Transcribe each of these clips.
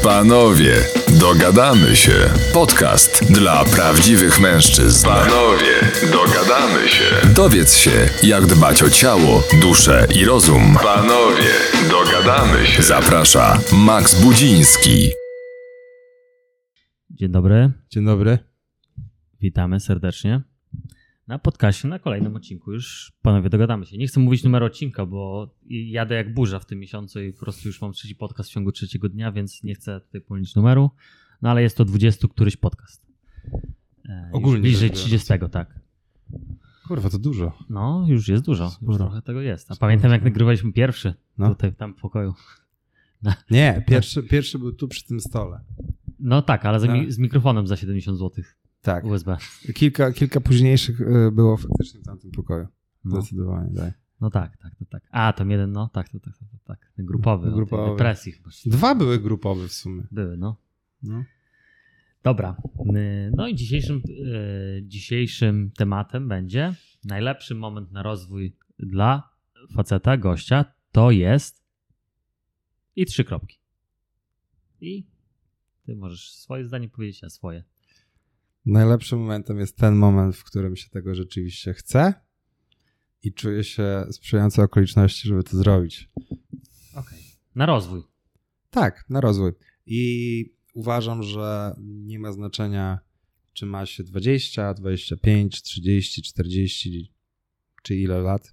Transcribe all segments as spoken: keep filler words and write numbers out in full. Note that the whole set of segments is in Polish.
Panowie, dogadamy się. Podcast dla prawdziwych mężczyzn. Panowie, dogadamy się. Dowiedz się, jak dbać o ciało, duszę i rozum. Panowie, dogadamy się. Zaprasza Max Budziński. Dzień dobry. Dzień dobry. Witamy serdecznie na podcaście, na kolejnym odcinku. Już panowie dogadamy się. Nie chcę mówić numeru odcinka, bo jadę jak burza w tym miesiącu i po prostu już mam trzeci podcast w ciągu trzeciego dnia, więc nie chcę tutaj pomylić numeru. No ale jest to dwudziesty któryś podcast. E, Ogólnie. Bliżej trzydziestego, tak. Kurwa, to dużo. No, już jest dużo. Już trochę tego jest. A pamiętam, jak nagrywaliśmy pierwszy no. tutaj, tam w pokoju. No. Nie, pierwszy, pierwszy był tu przy tym stole. No tak, ale z, no. mi- z mikrofonem za siedemdziesiąt złotych. Tak. U S B. Kilka, kilka późniejszych było faktycznie w tamtym pokoju. No. Zdecydowanie, tak. No tak, tak, to tak. A, tam jeden, no tak, to tak, to tak. Ten grupowy, Grupowy. no, depresji chyba. Dwa były grupowe w sumie. Były, no. No. Dobra. No i dzisiejszym, yy, dzisiejszym tematem będzie najlepszy moment na rozwój dla faceta, gościa, to jest i trzy kropki. I ty możesz swoje zdanie powiedzieć, a swoje. Najlepszym momentem jest ten moment, w którym się tego rzeczywiście chce i czuje się sprzyjające okoliczności, żeby to zrobić. Okej. Okay. Na rozwój. Tak, na rozwój. I uważam, że nie ma znaczenia, czy ma się dwadzieścia, dwadzieścia pięć, trzydzieści, czterdzieści czy ile lat.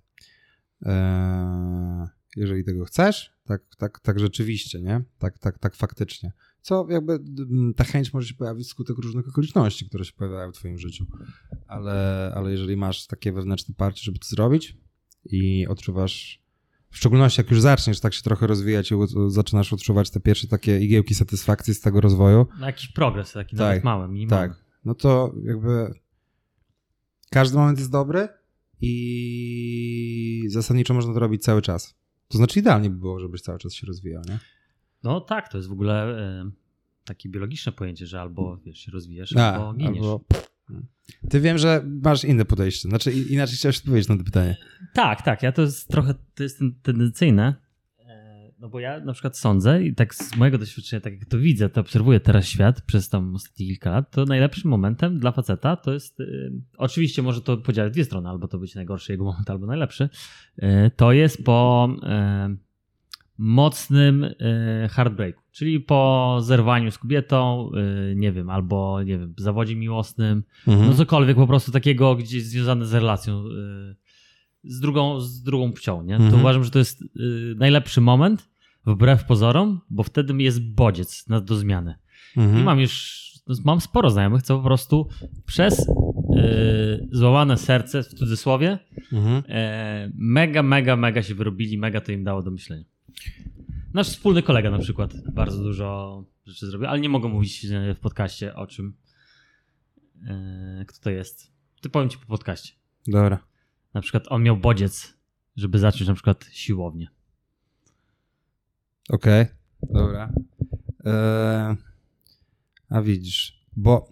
Eee, jeżeli tego chcesz, tak, tak, tak rzeczywiście, nie? Tak, tak, tak faktycznie. Co jakby ta chęć może się pojawić wskutek różnych okoliczności, które się pojawiają w twoim życiu. Ale, ale jeżeli masz takie wewnętrzne parcie, żeby to zrobić i odczuwasz, w szczególności jak już zaczniesz tak się trochę rozwijać i zaczynasz odczuwać te pierwsze takie igiełki satysfakcji z tego rozwoju. No jakiś progres, taki tak, nawet mały, minimalny. Tak, no to jakby każdy moment jest dobry i zasadniczo można to robić cały czas. To znaczy idealnie by było, żebyś cały czas się rozwijał, nie? No tak, to jest w ogóle y, takie biologiczne pojęcie, że albo wiesz, się rozwijasz, A, albo giniesz. Albo... Ty wiem, że masz inne podejście. Znaczy inaczej chciałeś odpowiedzieć na to pytanie. Tak, tak. Ja to jest trochę to jest tendencyjne. No bo ja na przykład sądzę i tak z mojego doświadczenia, tak jak to widzę, to obserwuję teraz świat przez tam ostatnie kilka lat, to najlepszym momentem dla faceta to jest, y, oczywiście może to podziałać w dwie strony, albo to być najgorszy jego moment, albo najlepszy, y, to jest po y, mocnym y, heartbreaku, czyli po zerwaniu z kobietą, y, nie wiem, albo nie wiem, zawodzie miłosnym, mhm. no cokolwiek po prostu takiego, gdzie jest związane z relacją y, z drugą, z drugą płcią, nie? Mhm. To uważam, że to jest y, najlepszy moment, wbrew pozorom, bo wtedy jest bodziec na, do zmiany. Mhm. I mam już, no, mam sporo znajomych, co po prostu przez y, złamane serce, w cudzysłowie, mhm. y, mega, mega, mega się wyrobili, mega to im dało do myślenia. Nasz wspólny kolega na przykład bardzo dużo rzeczy zrobił, ale nie mogę mówić w podcaście o czym, y, kto to jest. To powiem ci po podcaście. Dobra. Na przykład on miał bodziec, żeby zacząć na przykład siłownię. Okej, okay, dobra. Eee, a widzisz, bo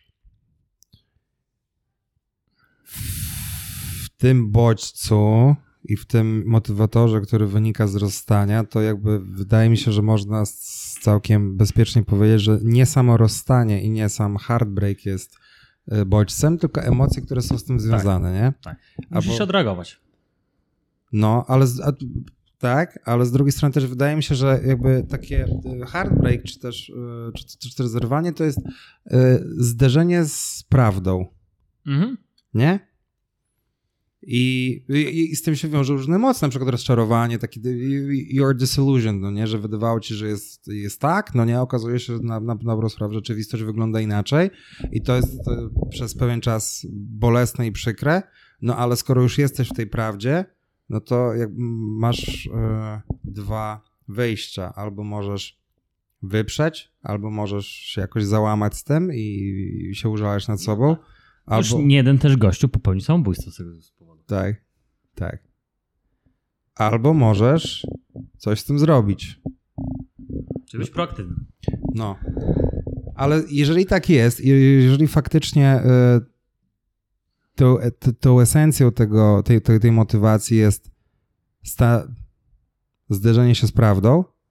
w tym bodźcu i w tym motywatorze, który wynika z rozstania, to jakby wydaje mi się, że można całkiem bezpiecznie powiedzieć, że nie samo rozstanie i nie sam heartbreak jest bodźcem, tylko emocje, które są z tym związane, tak, nie? Tak. Musisz Albo... odreagować. No, ale z, a, tak, ale z drugiej strony też wydaje mi się, że jakby takie heartbreak, czy też, czy, czy też zerwanie, to jest y, zderzenie z prawdą. Mhm. Nie? I, i, I z tym się wiążą różne emocje, na przykład rozczarowanie, taki you're disillusioned, no nie, że wydawało ci, że jest, jest tak, no nie, okazuje się, że na, na, na dobrą sprawę rzeczywistość wygląda inaczej i to jest to przez pewien czas bolesne i przykre, no ale skoro już jesteś w tej prawdzie, no to jak masz e, dwa wyjścia, albo możesz wyprzeć, albo możesz się jakoś załamać z tym i, i się użalać nad sobą. Albo... Już nie jeden też gościu popełni samobójstwo z tego powodu. Tak, tak. Albo możesz coś z tym zrobić. Czy być proaktywny. No. Ale jeżeli tak jest, jeżeli faktycznie y, tą, tą esencją tego, tej, tej, tej motywacji jest sta- zderzenie się z prawdą,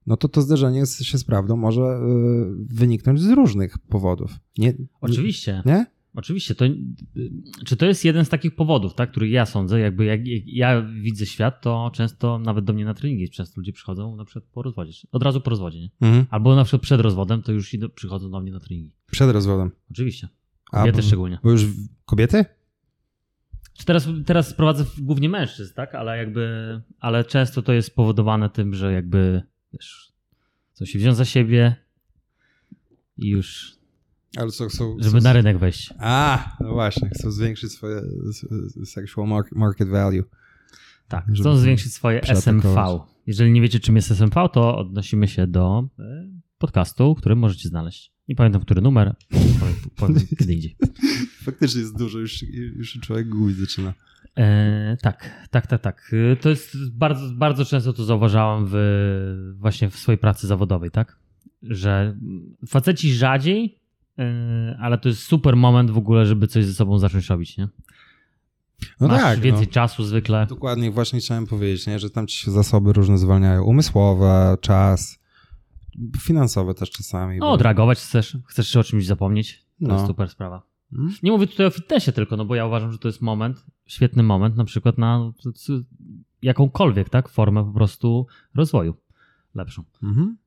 no to to zderzenie z, się z prawdą może y, wyniknąć z różnych powodów. Nie, Oczywiście. Nie? Oczywiście. To, czy to jest jeden z takich powodów, tak, który ja sądzę, jakby jak, jak ja widzę świat, to często nawet do mnie na treningi często ludzie przychodzą na przykład po rozwodzie. Od razu po rozwodzie, nie? Mhm. Albo na przykład przed rozwodem, to już idą, przychodzą do mnie na treningi. Przed rozwodem. Oczywiście. Kobiety A, bo, szczególnie. Bo już kobiety? Teraz, teraz prowadzę głównie mężczyzn, tak? Ale jakby, ale często to jest spowodowane tym, że jakby, wiesz, chcą się wziąć za siebie i już, Ale co, chcą, żeby chcą, na rynek wejść. A, no właśnie, chcą zwiększyć swoje sexual market value. Tak, Żeby chcą zwiększyć swoje S M V. przeatakować. Jeżeli nie wiecie, czym jest S M V, to odnosimy się do e, podcastu, który możecie znaleźć. Nie pamiętam, który numer, powiem, powiem kiedy indziej. Faktycznie jest dużo, już, już się człowiek gubić zaczyna. E, tak, tak, tak, tak. E, To jest bardzo, bardzo często to zauważałem w, właśnie w swojej pracy zawodowej, tak? Że faceci rzadziej, e, ale to jest super moment w ogóle, żeby coś ze sobą zacząć robić, nie? No Masz tak, więcej no. czasu zwykle. Dokładnie, właśnie chciałem powiedzieć, nie? Że tam ci się zasoby różne zwalniają. Umysłowe, czas, finansowe też czasami. No, bo- odreagować chcesz, chcesz się o czymś zapomnieć. To No. jest super sprawa. Hmm? Nie mówię tutaj o fitnessie tylko, no bo ja uważam, że to jest moment, świetny moment na przykład na c- c- jakąkolwiek, tak, formę po prostu rozwoju lepszą. Mhm.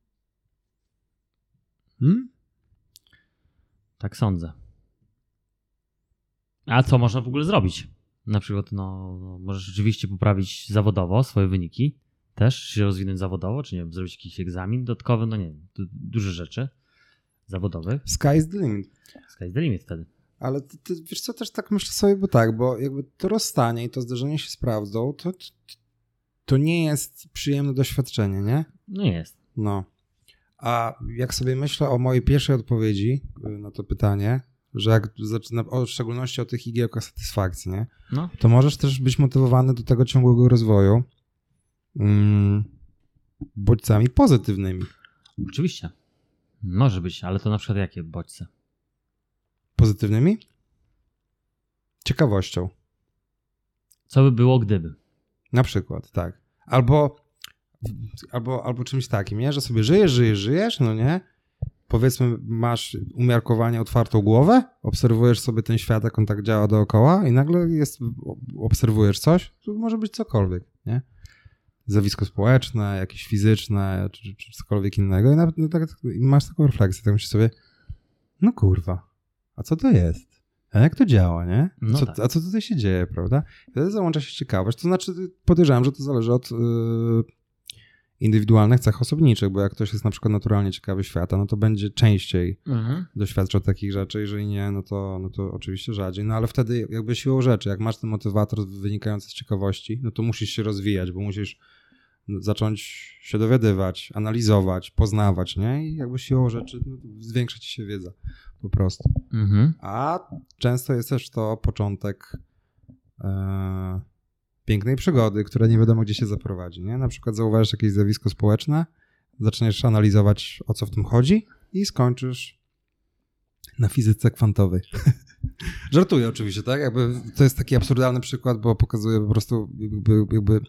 Hmm? Tak sądzę. A co można w ogóle zrobić? Na przykład, no, no możesz rzeczywiście poprawić zawodowo swoje wyniki, też się rozwinąć zawodowo, czy nie wiem, zrobić jakiś egzamin dodatkowy, no nie wiem, du- duże rzeczy zawodowych. Sky's the limit. Sky's the limit wtedy. Ale ty, ty, wiesz co, też tak myślę sobie, bo tak, bo jakby to rozstanie i to zderzenie się z prawdą, to, to, to nie jest przyjemne doświadczenie, nie? No jest. No. A jak sobie myślę o mojej pierwszej odpowiedzi y, na to pytanie, że jak zaczyna, o, w szczególności o tych igiełkach satysfakcji, nie? No. To możesz też być motywowany do tego ciągłego rozwoju mm, bodźcami pozytywnymi. Oczywiście. Może być, ale to na przykład jakie bodźce? Pozytywnymi? Ciekawością. Co by było, gdyby? Na przykład, tak. Albo, albo, albo czymś takim, nie? Że sobie żyjesz, żyjesz, żyjesz, no nie? Powiedzmy, masz umiarkowanie otwartą głowę, obserwujesz sobie ten świat, jak on tak działa dookoła i nagle jest, obserwujesz coś, to może być cokolwiek, nie? Zjawisko społeczne, jakieś fizyczne, czy, czy cokolwiek innego i, nawet, no tak, i masz taką refleksję, tak myślisz sobie, no kurwa, a co to jest? A jak to działa, nie? No Co, tak. A co tutaj się dzieje, prawda? I wtedy załącza się ciekawość, to znaczy podejrzewam, że to zależy od yy, indywidualnych cech osobniczych, bo jak ktoś jest na przykład naturalnie ciekawy świata, no to będzie częściej Mhm. doświadczał takich rzeczy, jeżeli nie, no to, no to oczywiście rzadziej. No ale wtedy jakby siłą rzeczy, jak masz ten motywator wynikający z ciekawości, no to musisz się rozwijać, bo musisz zacząć się dowiadywać, analizować, poznawać, nie? I jakby siłą rzeczy no, zwiększa ci się wiedza po prostu. Mhm. A często jest też to początek e, pięknej przygody, która nie wiadomo gdzie się zaprowadzi, nie? Na przykład zauważysz jakieś zjawisko społeczne, zaczniesz analizować o co w tym chodzi i skończysz na fizyce kwantowej. Żartuję oczywiście, tak? Jakby to jest taki absurdalny przykład, bo pokazuje po prostu jakby, jakby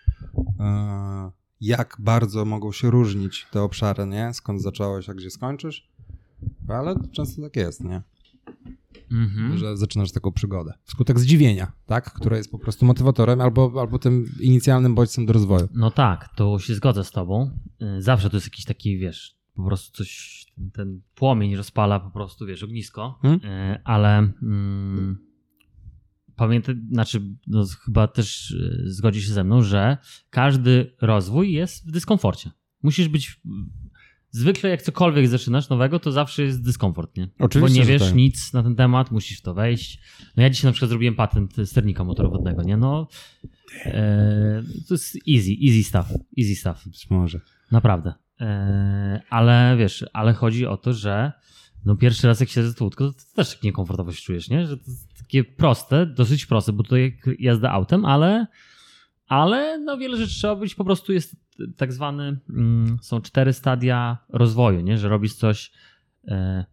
e, jak bardzo mogą się różnić te obszary, nie? Skąd zacząłeś, a gdzie skończysz. Ale często tak jest, nie? Mhm. Że zaczynasz taką przygodę. Wskutek zdziwienia, tak? Które jest po prostu motywatorem albo, albo tym inicjalnym bodźcem do rozwoju. No tak, to się zgodzę z tobą. Y, Zawsze to jest jakiś taki, wiesz, po prostu coś, ten, ten płomień rozpala po prostu, wiesz, ognisko, Hmm? Y, ale mm, pamiętaj, znaczy no, chyba też y, zgodzi się ze mną, że każdy rozwój jest w dyskomforcie. Musisz być... Zwykle jak cokolwiek zaczynasz nowego, to zawsze jest dyskomfort, nie? Oczywiście, Bo nie że wiesz tak. nic na ten temat, musisz w to wejść. No ja dzisiaj na przykład zrobiłem patent sternika motorowodnego, nie? No e, to jest easy, easy stuff, easy stuff, Być może. naprawdę. E, ale wiesz, ale chodzi o to, że no pierwszy raz jak siedzę za tą łódką, to też tak niekomfortowo się czujesz, nie? Że to jest takie proste, dosyć proste, bo to jak jazda autem, ale ale no wiele rzeczy trzeba być, po prostu jest tak zwany, mm, są cztery stadia rozwoju, nie? Że robisz coś, e,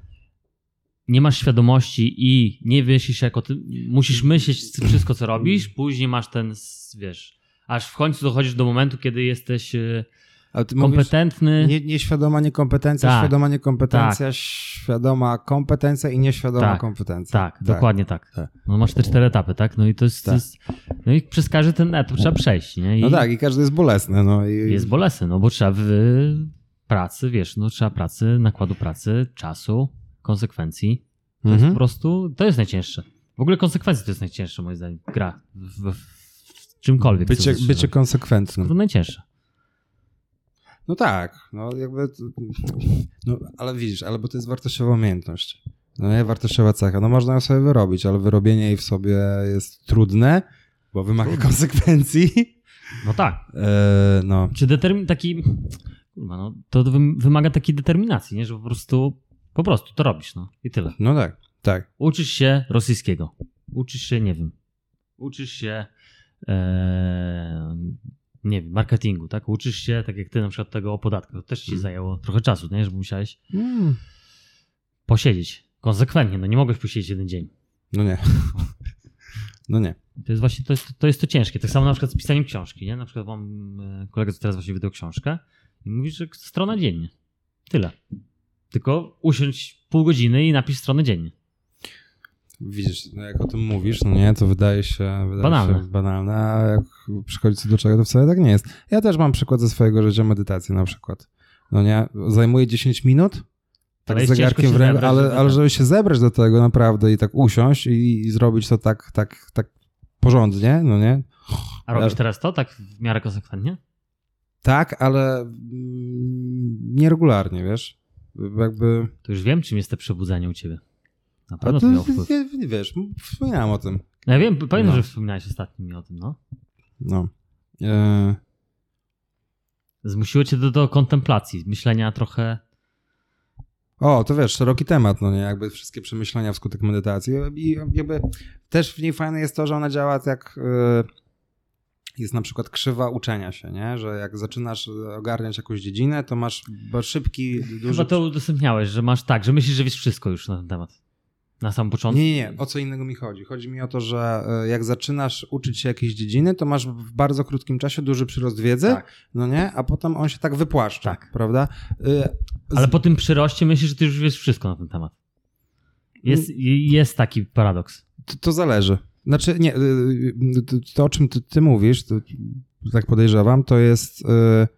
nie masz świadomości i nie myślisz jako ty, musisz myśleć wszystko co robisz, później masz ten, wiesz, aż w końcu dochodzisz do momentu, kiedy jesteś, e, Ale ty kompetentny. Mówisz, nie, nieświadoma niekompetencja, tak, świadoma niekompetencja, tak. świadoma kompetencja i nieświadoma tak, kompetencja. Tak, tak, dokładnie tak. tak. No masz te cztery etapy, tak? No i to jest, tak. to jest no i przez każdy ten etap trzeba przejść, nie? I no tak, i każdy jest bolesny. No i... Jest bolesny, no bo trzeba w pracy, wiesz, no trzeba pracy, nakładu pracy, czasu, konsekwencji. To mhm. jest po prostu, to jest najcięższe. W ogóle konsekwencje to jest najcięższe, moim zdaniem, gra w, w, w czymkolwiek. Bycie, bycie konsekwentnym. To najcięższe. No tak, no jakby, no ale widzisz, ale bo to jest wartościowa umiejętność. No nie, wartościowa cecha. No można ją sobie wyrobić, ale wyrobienie jej w sobie jest trudne, bo wymaga Trudne. konsekwencji. No tak. E, no. Czy determin taki, kurwa, no to wymaga takiej determinacji, nie, że po prostu, po prostu to robisz, no i tyle. No tak, tak. Uczysz się rosyjskiego, uczysz się, nie wiem, uczysz się, e, nie wiem, marketingu, tak? Uczysz się, tak jak ty na przykład tego o podatkach, to też ci zajęło trochę czasu, nie, żeby musiałeś mm. posiedzieć konsekwentnie, no nie mogłeś posiedzieć jeden dzień. No nie. No nie. To jest właśnie, to jest to, jest to ciężkie. Tak samo na przykład z pisaniem książki, nie? Na przykład mam kolegę, co teraz właśnie wydał książkę i mówi, że strona dziennie. Tyle. Tylko usiądź pół godziny i napisz stronę dziennie. Widzisz, no jak o tym mówisz, no nie, to wydaje się, wydaje banalne. się banalne, a jak przychodzi co do czego, to wcale tak nie jest. Ja też mam przykład ze swojego życia, medytacji na przykład. No nie, zajmuje dziesięć minut, tak z zegarkiem w ręku, ale, ale żeby się zebrać do tego naprawdę i tak usiąść i, i zrobić to tak, tak, tak porządnie, no nie. A robisz ja... teraz to tak w miarę konsekwentnie? Tak, ale mm, nieregularnie, wiesz. Jakby... To już wiem, czym jest to przebudzenie u ciebie. Na pewno A to to, miał wpływ. Wiesz, wspominałem o tym. No ja wiem, pamiętam, no. że wspominałeś ostatnio mi o tym, no. No. E... Zmusiło cię do, do kontemplacji, myślenia trochę... O, to wiesz, szeroki temat, no nie, jakby wszystkie przemyślenia wskutek medytacji i jakby też w niej fajne jest to, że ona działa jak yy, jest na przykład krzywa uczenia się, nie, że jak zaczynasz ogarniać jakąś dziedzinę, to masz szybki, duży... Chyba to udostępniałeś, że masz tak, że myślisz, że wiesz wszystko już na ten temat. Na samym początku? Nie, nie, nie, o co innego mi chodzi. Chodzi mi o to, że jak zaczynasz uczyć się jakiejś dziedziny, to masz w bardzo krótkim czasie duży przyrost wiedzy, tak. no nie, a potem on się tak wypłaszcza, tak. prawda? Z... Ale po tym przyroście myślisz, że ty już wiesz wszystko na ten temat. Jest, jest taki paradoks. To, to zależy. Znaczy, nie, to, to o czym ty, ty mówisz, to, tak podejrzewam, to jest y,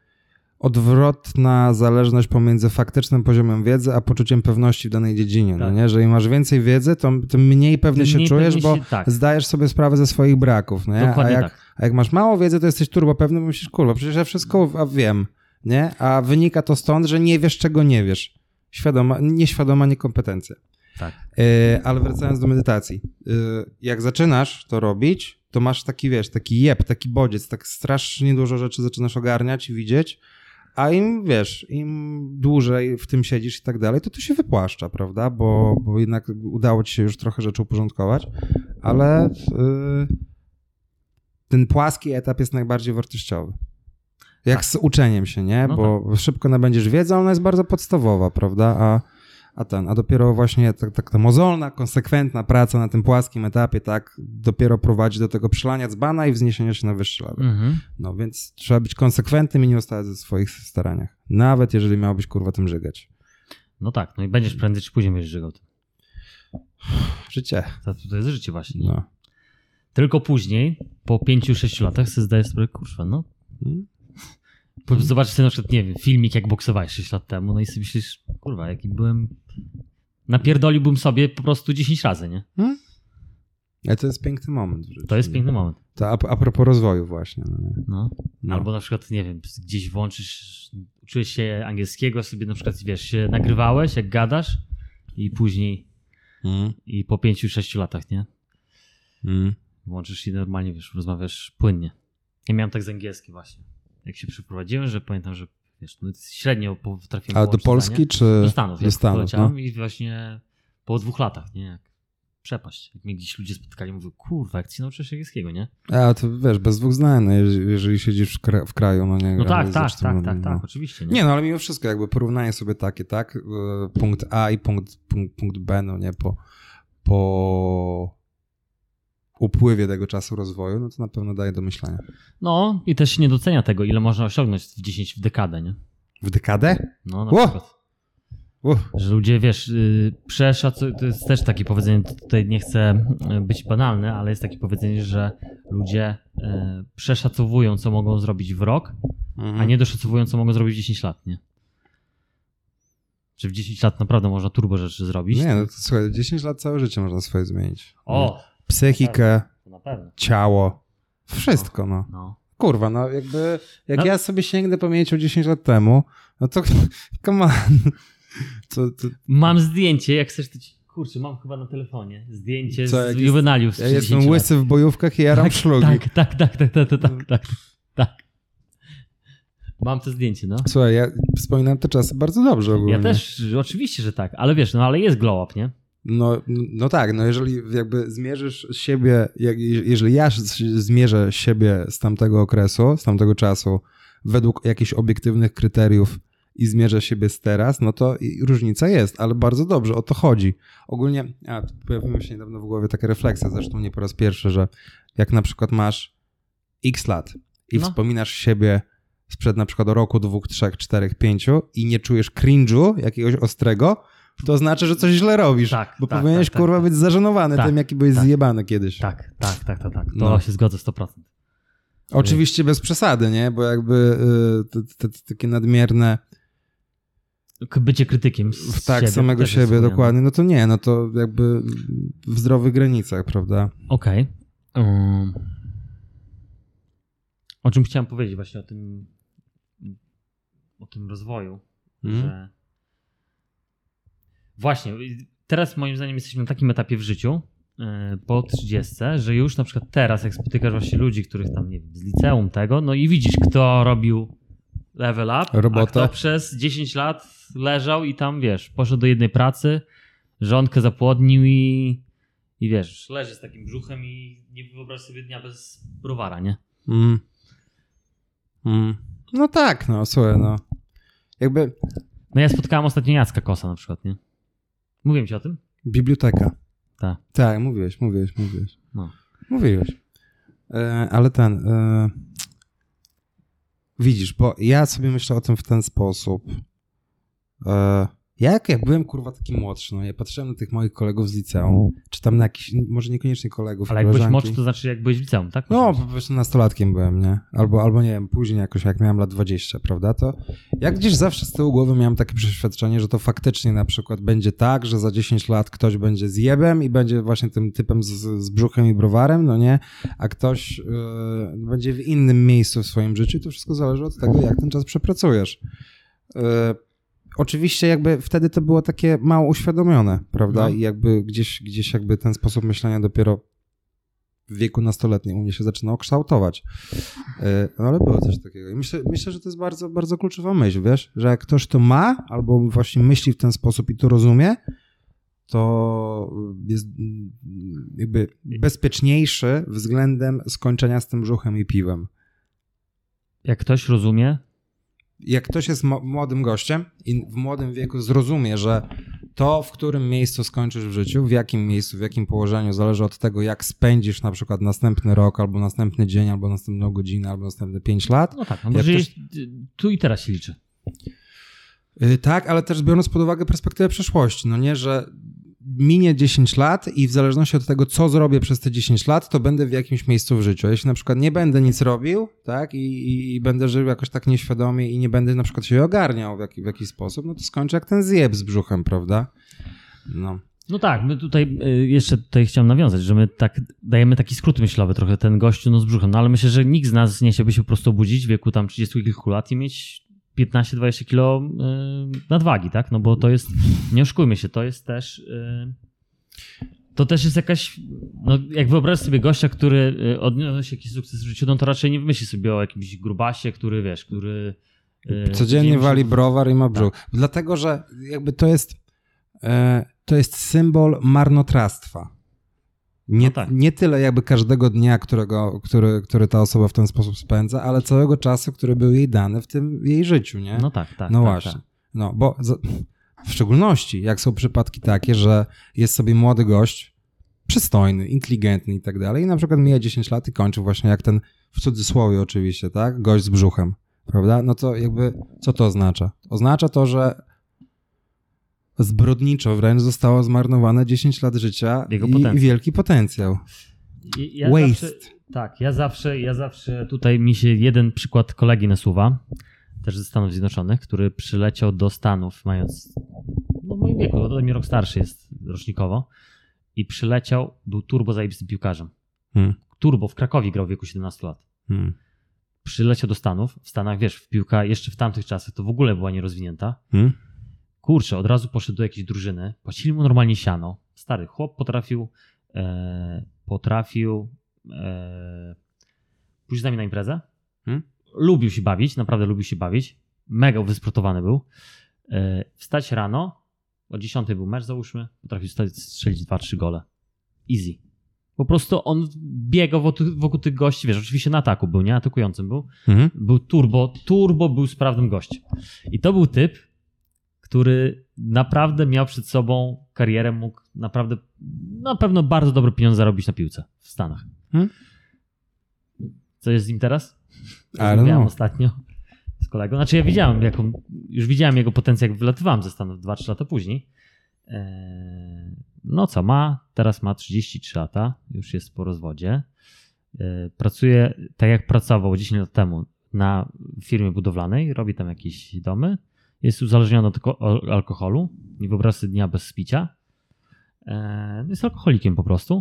odwrotna zależność pomiędzy faktycznym poziomem wiedzy, a poczuciem pewności w danej dziedzinie. Tak. No nie? Że im masz więcej wiedzy, to tym mniej pewny tym się mniej czujesz, bo się, tak. zdajesz sobie sprawę ze swoich braków. Nie? Dokładnie a, jak, tak. a jak masz mało wiedzy, to jesteś turbo pewny, bo myślisz, kurwa, przecież ja wszystko wiem. Nie? A wynika to stąd, że nie wiesz, czego nie wiesz. Świadoma, nieświadoma niekompetencja. Tak. Yy, ale wracając do medytacji. Yy, jak zaczynasz to robić, to masz taki, wiesz, taki jeb, taki bodziec, tak strasznie dużo rzeczy zaczynasz ogarniać i widzieć, a im, wiesz, im dłużej w tym siedzisz i tak dalej, to to się wypłaszcza, prawda? Bo, bo jednak udało ci się już trochę rzeczy uporządkować, ale yy, ten płaski etap jest najbardziej wartościowy. Jak tak. z uczeniem się, nie? No bo tak. szybko nabędziesz wiedzę, ona jest bardzo podstawowa, prawda? A, a ten, a dopiero właśnie tak, tak ta mozolna, konsekwentna praca na tym płaskim etapie, tak, dopiero prowadzi do tego przelania dzbana i wzniesienia się na wyższy level. Mhm. No więc trzeba być konsekwentnym i nie ustawać ze swoich staraniach. Nawet jeżeli miałbyś, kurwa, tym żygać. No tak, no i będziesz prędzej czy później będziesz żygał tym. Życie. To, to jest życie właśnie. No. Tylko później, po pięciu, sześciu latach sobie zdajesz sprawę, kurwa, no. Hmm? Zobaczysz sobie na przykład, nie wiem, filmik jak boksowałeś sześć lat temu, no i sobie myślisz, kurwa, jaki byłem, napierdoliłbym sobie po prostu dziesięć razy, nie? Hmm? Ale to jest piękny moment w życiu. To jest piękny moment. To a, a propos rozwoju właśnie. No, nie? No. no. Albo na przykład, nie wiem, gdzieś włączysz, uczyłeś się angielskiego, sobie na przykład, wiesz, się nagrywałeś, jak gadasz i później hmm. i po pięciu, sześciu latach, nie? Hmm. Włączysz się normalnie, wiesz, rozmawiasz płynnie. Ja miałem tak z angielskim właśnie. Jak się przeprowadziłem, że pamiętam, że wiesz, no średnio trafiłem. Ale do Polski zdanie. Czy do Stanów? Do Stanów poleciałem no. I właśnie po dwóch latach, nie? Jak przepaść. Jak mnie gdzieś ludzie spotkali, mówią, kurwa, jak ty się nauczysz angielskiego, nie? A to wiesz, bez dwóch zdań, no, jeżeli, jeżeli siedzisz w, kra- w kraju, no nie. No tak, tak, tak, tak, tak, tak, oczywiście. Nie? nie, no ale mimo wszystko, jakby porównanie sobie takie, tak? Punkt A i punkt, punkt, punkt B, no nie, po, po upływie tego czasu rozwoju, no to na pewno daje do myślenia. No i też się nie docenia tego, ile można osiągnąć w dziesięć w dekadę, nie? W dekadę? No na Ło! przykład. Uff. Że ludzie, wiesz, yy, przeszacują, to jest też takie powiedzenie, tutaj nie chcę być banalny, ale jest takie powiedzenie, że ludzie yy, przeszacowują, co mogą zrobić w rok, Mhm. a nie doszacowują, co mogą zrobić w dziesięć lat, nie? Czy w dziesięć lat naprawdę można turbo rzeczy zrobić? Nie, no to słuchaj, dziesięć lat całe życie można swoje zmienić. O! Psychikę, To na pewno. ciało, wszystko, no. No. Kurwa, no jakby, jak No. ja sobie sięgnę pamięcią dziesięć lat temu, no to come on. Co, to, Mam zdjęcie, jak chcesz, to ci... Kurczę, mam chyba na telefonie. Zdjęcie Co, z jak jest- juwenaliów z ja jestem sześćdziesięciu łysy lat. w bojówkach i jaram tak, szlugi. tak, tak, tak, tak, tak, tak, tak, tak, tak. Mam to zdjęcie, no. Słuchaj, ja wspominam te czasy bardzo dobrze ogólnie. Ja też, oczywiście, że tak, ale wiesz, no ale jest glow up, nie? No, no tak, no jeżeli jakby zmierzysz siebie, jak, jeżeli ja zmierzę siebie z tamtego okresu, z tamtego czasu, według jakichś obiektywnych kryteriów i zmierzę siebie z teraz, no to i różnica jest, ale bardzo dobrze, o to chodzi. Ogólnie, a pojawiła mi się niedawno w głowie taka refleksja, zresztą nie po raz pierwszy, że jak na przykład masz x lat i No. wspominasz siebie sprzed na przykład roku, dwóch, trzech, czterech, pięciu i nie czujesz cringe'u jakiegoś ostrego, to znaczy, że coś źle robisz, Tak, bo tak, powinieneś tak, kurwa tak, być zażenowany tak, tym, jaki byłeś tak. zjebany kiedyś. Tak, tak, tak, tak, tak. To No. się zgodzę sto procent. Oczywiście bez przesady, nie? Bo jakby y, te, te, takie nadmierne Bycie krytykiem z w tak siebie, samego też jest siebie chujowe. dokładnie, no to nie, no to jakby w zdrowych granicach, prawda? Okej. Um, o czym chciałem powiedzieć właśnie o tym o tym rozwoju, Mhm. że właśnie, teraz moim zdaniem jesteśmy na takim etapie w życiu e, po trzydziestce, że już na przykład teraz jak spotykasz właśnie ludzi, których tam, nie wiem, z liceum tego, no i widzisz, kto robił level up, Robotę. a kto przez dziesięć lat leżał i tam, wiesz, poszedł do jednej pracy, żonkę zapłodnił i, i wiesz, leży z takim brzuchem i nie wyobraź sobie dnia bez browara, nie? Mm. Mm. No tak, no słuchaj, no. Jakby No ja spotkałem ostatnio Jacka Kosa na przykład, nie? Mówiłem ci o tym? biblioteka. Tak. Tak, mówiłeś, mówiłeś, mówiłeś. No. Mówiłeś. E, ale ten... E, widzisz, bo ja sobie myślę o tym w ten sposób. E, ja jak, jak byłem, kurwa, taki młodszy, no ja patrzyłem na tych moich kolegów z liceum, czy tam na jakichś, może niekoniecznie kolegów, Ale jak byłeś koleżanki. młodszy, to znaczy jak byłeś w liceum, tak? No, po prostu nastolatkiem byłem, nie? Albo, albo nie wiem, później jakoś jak miałem lat dwadzieścia, prawda? To jak gdzieś zawsze z tyłu głowy miałem takie przeświadczenie, że to faktycznie na przykład będzie tak, że za dziesięć lat ktoś będzie zjebem i będzie właśnie tym typem z, z brzuchem i browarem, no nie? A ktoś yy, będzie w innym miejscu w swoim życiu i to wszystko zależy od tego, jak ten czas przepracujesz. Yy, Oczywiście jakby wtedy to było takie mało uświadomione, prawda? No. I jakby gdzieś, gdzieś jakby ten sposób myślenia dopiero w wieku nastoletnim u mnie się zaczynało kształtować. Yy, No ale było coś takiego. I myślę, myślę, że to jest bardzo, bardzo kluczowa myśl, wiesz? Że jak ktoś to ma, albo właśnie myśli w ten sposób i to rozumie, to jest jakby bezpieczniejszy względem skończenia z tym brzuchem i piwem. Jak ktoś rozumie, Jak ktoś jest mo- młodym gościem i w młodym wieku zrozumie, że to, w którym miejscu skończysz w życiu, w jakim miejscu, w jakim położeniu, zależy od tego, jak spędzisz na przykład następny rok, albo następny dzień, albo następną godzinę, albo następne pięć lat. no tak, no Jak może ktoś- tu i teraz się liczy. Yy, tak, ale też biorąc pod uwagę perspektywę przyszłości, no nie, że minie dziesięć lat i w zależności od tego, co zrobię przez te dziesięć lat, to będę w jakimś miejscu w życiu. Jeśli na przykład nie będę nic robił, tak, i, i, i będę żył jakoś tak nieświadomie i nie będę na przykład się ogarniał w, jaki, w jakiś sposób, no to skończę jak ten zjeb z brzuchem, prawda? No. No tak, my tutaj y, jeszcze tutaj chciałem nawiązać, że my tak dajemy taki skrót myślowy trochę, ten gościu no z brzuchem, no ale myślę, że nikt z nas nie chciałby się po prostu obudzić w wieku tam trzydziestu kilku lat i mieć piętnaście dwadzieścia kilo y, nadwagi, tak? No bo to jest, nie oszukujmy się, to jest też y, to też jest jakaś, no jak wyobraź sobie gościa, który y, odniósł jakiś sukces w życiu, no to raczej nie wymyśli sobie o jakimś grubasie, który wiesz, który y, Codziennie się- wali browar i ma brzuch. Dlatego, że jakby to jest e, to jest symbol marnotrawstwa. Nie, No tak. nie tyle jakby każdego dnia, którego, który, który ta osoba w ten sposób spędza, ale całego czasu, który był jej dany w tym jej życiu, nie? No tak, tak. No tak, właśnie. tak. No, bo za, w szczególności jak są przypadki takie, że jest sobie młody gość, przystojny, inteligentny i tak dalej. I na przykład mija dziesięć lat i kończy właśnie jak ten, w cudzysłowie oczywiście, tak, gość z brzuchem, prawda? No to jakby, co to oznacza? Oznacza to, że zbrodniczo wręcz zostało zmarnowane dziesięć lat życia Jego i, potencjał. i wielki potencjał. I ja Waste. Zawsze, tak, ja zawsze, ja zawsze, tutaj mi się jeden przykład kolegi nasuwa, też ze Stanów Zjednoczonych, który przyleciał do Stanów mając, no w moim wieku, ode mnie rok starszy jest rocznikowo i przyleciał, był turbo zajebistym piłkarzem. Hmm. Turbo w Krakowie grał w wieku siedemnastu lat. Hmm. Przyleciał do Stanów, w Stanach, wiesz, w piłka jeszcze w tamtych czasach to w ogóle była nierozwinięta. Hmm. Kurczę, od razu poszedł do jakiejś drużyny, płacili mu normalnie siano. Stary chłop potrafił e, potrafił e, pójść z nami na imprezę. Hmm? Lubił się bawić, naprawdę lubił się bawić. Mega wysportowany był. E, wstać rano, o dziesiątej był mecz załóżmy, potrafił stać, strzelić dwa trzy gole. Easy. Po prostu on biegał wokół, wokół tych gości, wiesz, oczywiście na ataku był, nie? Atakującym był. Mhm. Był turbo, turbo był sprawnym gościem. I to był typ, który naprawdę miał przed sobą karierę, mógł naprawdę na pewno bardzo dobre pieniądze zarobić na piłce w Stanach. Hmm? Co jest z nim teraz? I don't Rozmawiałem know. ostatnio z kolegą. Znaczy ja widziałem, jaką, już widziałem jego potencjał, jak wylatywałem ze Stanów dwa trzy lata później. Eee, no co, ma, teraz ma trzydzieści trzy lata, już jest po rozwodzie. Eee, pracuje tak jak pracował dziesięć lat temu na firmie budowlanej, robi tam jakieś domy. Jest uzależniony od alko- alkoholu. Nie wyobraź sobie dnia bez spicia. Eee, jest alkoholikiem po prostu.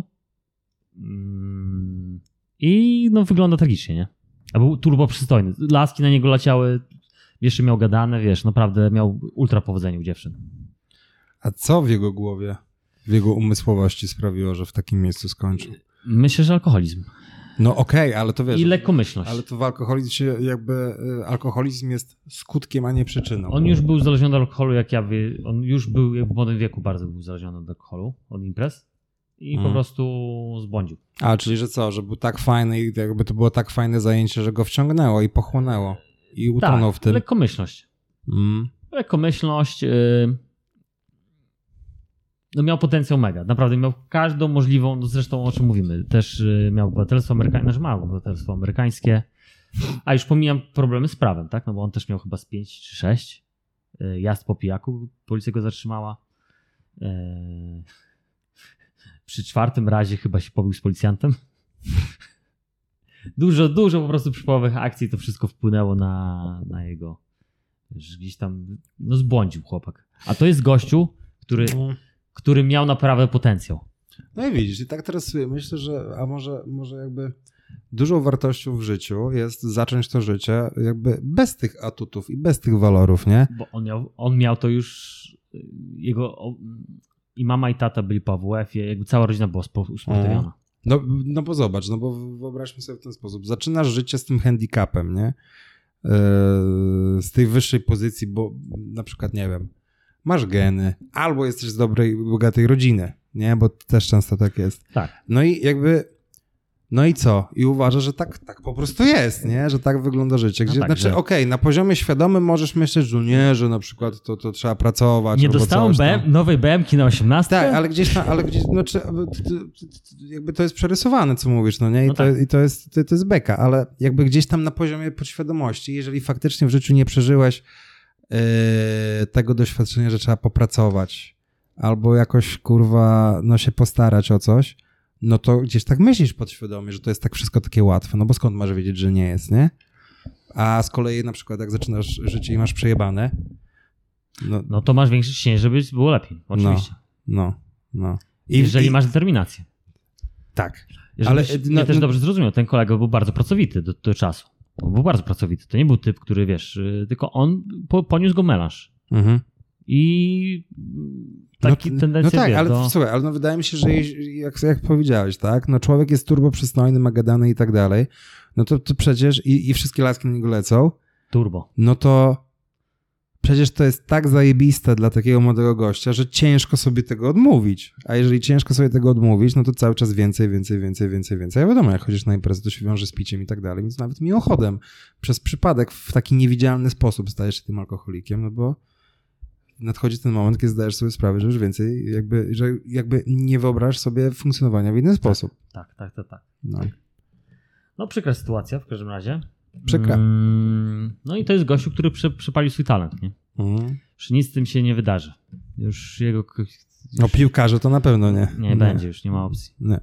Mm, I no wygląda tragicznie, nie? A był turbo przystojny. Laski na niego leciały. Jeszcze miał gadane, wiesz, naprawdę miał ultra powodzenie u dziewczyn. A co w jego głowie, w jego umysłowości sprawiło, że w takim miejscu skończył? Myślę, że alkoholizm. No okej, okay, ale to wiesz... I lekkomyślność. Ale to w alkoholizmie jakby y, alkoholizm jest skutkiem, a nie przyczyną. On już był uzależniony od alkoholu, jak ja wie, on już był jak w młodym wieku bardzo był uzależniony od alkoholu, od imprez i Mm. po prostu zbłądził. A, czyli że co, że był tak fajny i jakby to było tak fajne zajęcie, że go wciągnęło i pochłonęło i utonął tak, w tym. lekkomyślność. Mm. Lekkomyślność. Yy... No miał potencjał mega. Naprawdę miał każdą możliwą, no zresztą o czym mówimy, też yy, miał obywatelstwo amerykańskie, znaczy miał obywatelstwo amerykańskie, a już pomijam problemy z prawem, tak? No bo on też miał chyba z pięć czy sześć. Yy, jazd po pijaku, policja go zatrzymała. Yy... Przy czwartym razie chyba się pobił z policjantem. Dużo, dużo po prostu przypadkowych akcji, to wszystko wpłynęło na, na jego, że gdzieś tam, no zbłądził chłopak. A to jest gościu, który, który miał naprawdę potencjał. No i widzisz, i tak teraz sobie myślę, że a może, może jakby dużą wartością w życiu jest zacząć to życie jakby bez tych atutów i bez tych walorów, nie? Bo on miał, on miał to już, jego o, i mama i tata byli po A W F-ie, jakby cała rodzina była spo- usportowiona. No, no bo zobacz, no bo wyobraźmy sobie w ten sposób. Zaczynasz życie z tym handicapem, nie? Yy, z tej wyższej pozycji, bo na przykład, nie wiem, masz geny, albo jesteś z dobrej, bogatej rodziny, nie? Bo też często tak jest. Tak. No i jakby, no i co? I uważasz, że tak, tak po prostu jest, nie? Że tak wygląda życie. Gdzie, No tak, znaczy, że- okej, na poziomie świadomym możesz myśleć, że nie, że na przykład to, to trzeba pracować. Nie albo dostałem coś tam. B M, nowej B M ki na osiemnastkę? Tak, ale gdzieś tam, ale gdzieś, no, czy, to- to- to- jakby to jest przerysowane, co mówisz, no nie? I, No to, tak. i to, jest, to, to jest beka, ale jakby gdzieś tam na poziomie podświadomości, jeżeli faktycznie w życiu nie przeżyłeś yy, tego doświadczenia, że trzeba popracować albo jakoś, kurwa, no się postarać o coś, no to gdzieś tak myślisz podświadomie, że to jest tak wszystko takie łatwe, no bo skąd masz wiedzieć, że nie jest, nie? A z kolei na przykład jak zaczynasz życie i masz przejebane, no, No to masz większe ciśnienie, żeby było lepiej. Oczywiście. no, no. I, Jeżeli i, masz determinację. Tak. Jeżeli Ale, ale, no, mnie też no- dobrze zrozumiał, ten kolega był bardzo pracowity do, do czasu. On był bardzo pracowity. To nie był typ, który wiesz, yy, tylko on po, poniósł go melanż. Mhm. I taki no, tendencja no tak, wiesz, ale do... słuchaj, ale no wydaje mi się, że jeśli- jak, jak powiedziałeś, tak, no człowiek jest turbo przystojny, ma gadane i tak dalej, no to, to przecież i, i wszystkie laski na niego lecą, turbo. no to przecież to jest tak zajebiste dla takiego młodego gościa, że ciężko sobie tego odmówić. A jeżeli ciężko sobie tego odmówić, no to cały czas więcej, więcej, więcej, więcej, więcej. Ja wiadomo, jak chodzisz na imprezę, to się wiąże z piciem i tak dalej, więc nawet mimochodem, przez przypadek w taki niewidzialny sposób stajesz się tym alkoholikiem, no bo nadchodzi ten moment, kiedy zdajesz sobie sprawę, że już więcej jakby, że jakby nie wyobrażasz sobie funkcjonowania w inny sposób. Tak, tak, tak, tak. No. No przykra sytuacja w każdym razie. Przykra. Mm, no i to jest gościu, który prze, przepalił swój talent, nie? Mhm. Już nic z tym się nie wydarzy. Już jego... Już, No piłkarze to na pewno nie. nie, nie będzie, już nie ma opcji. Nie.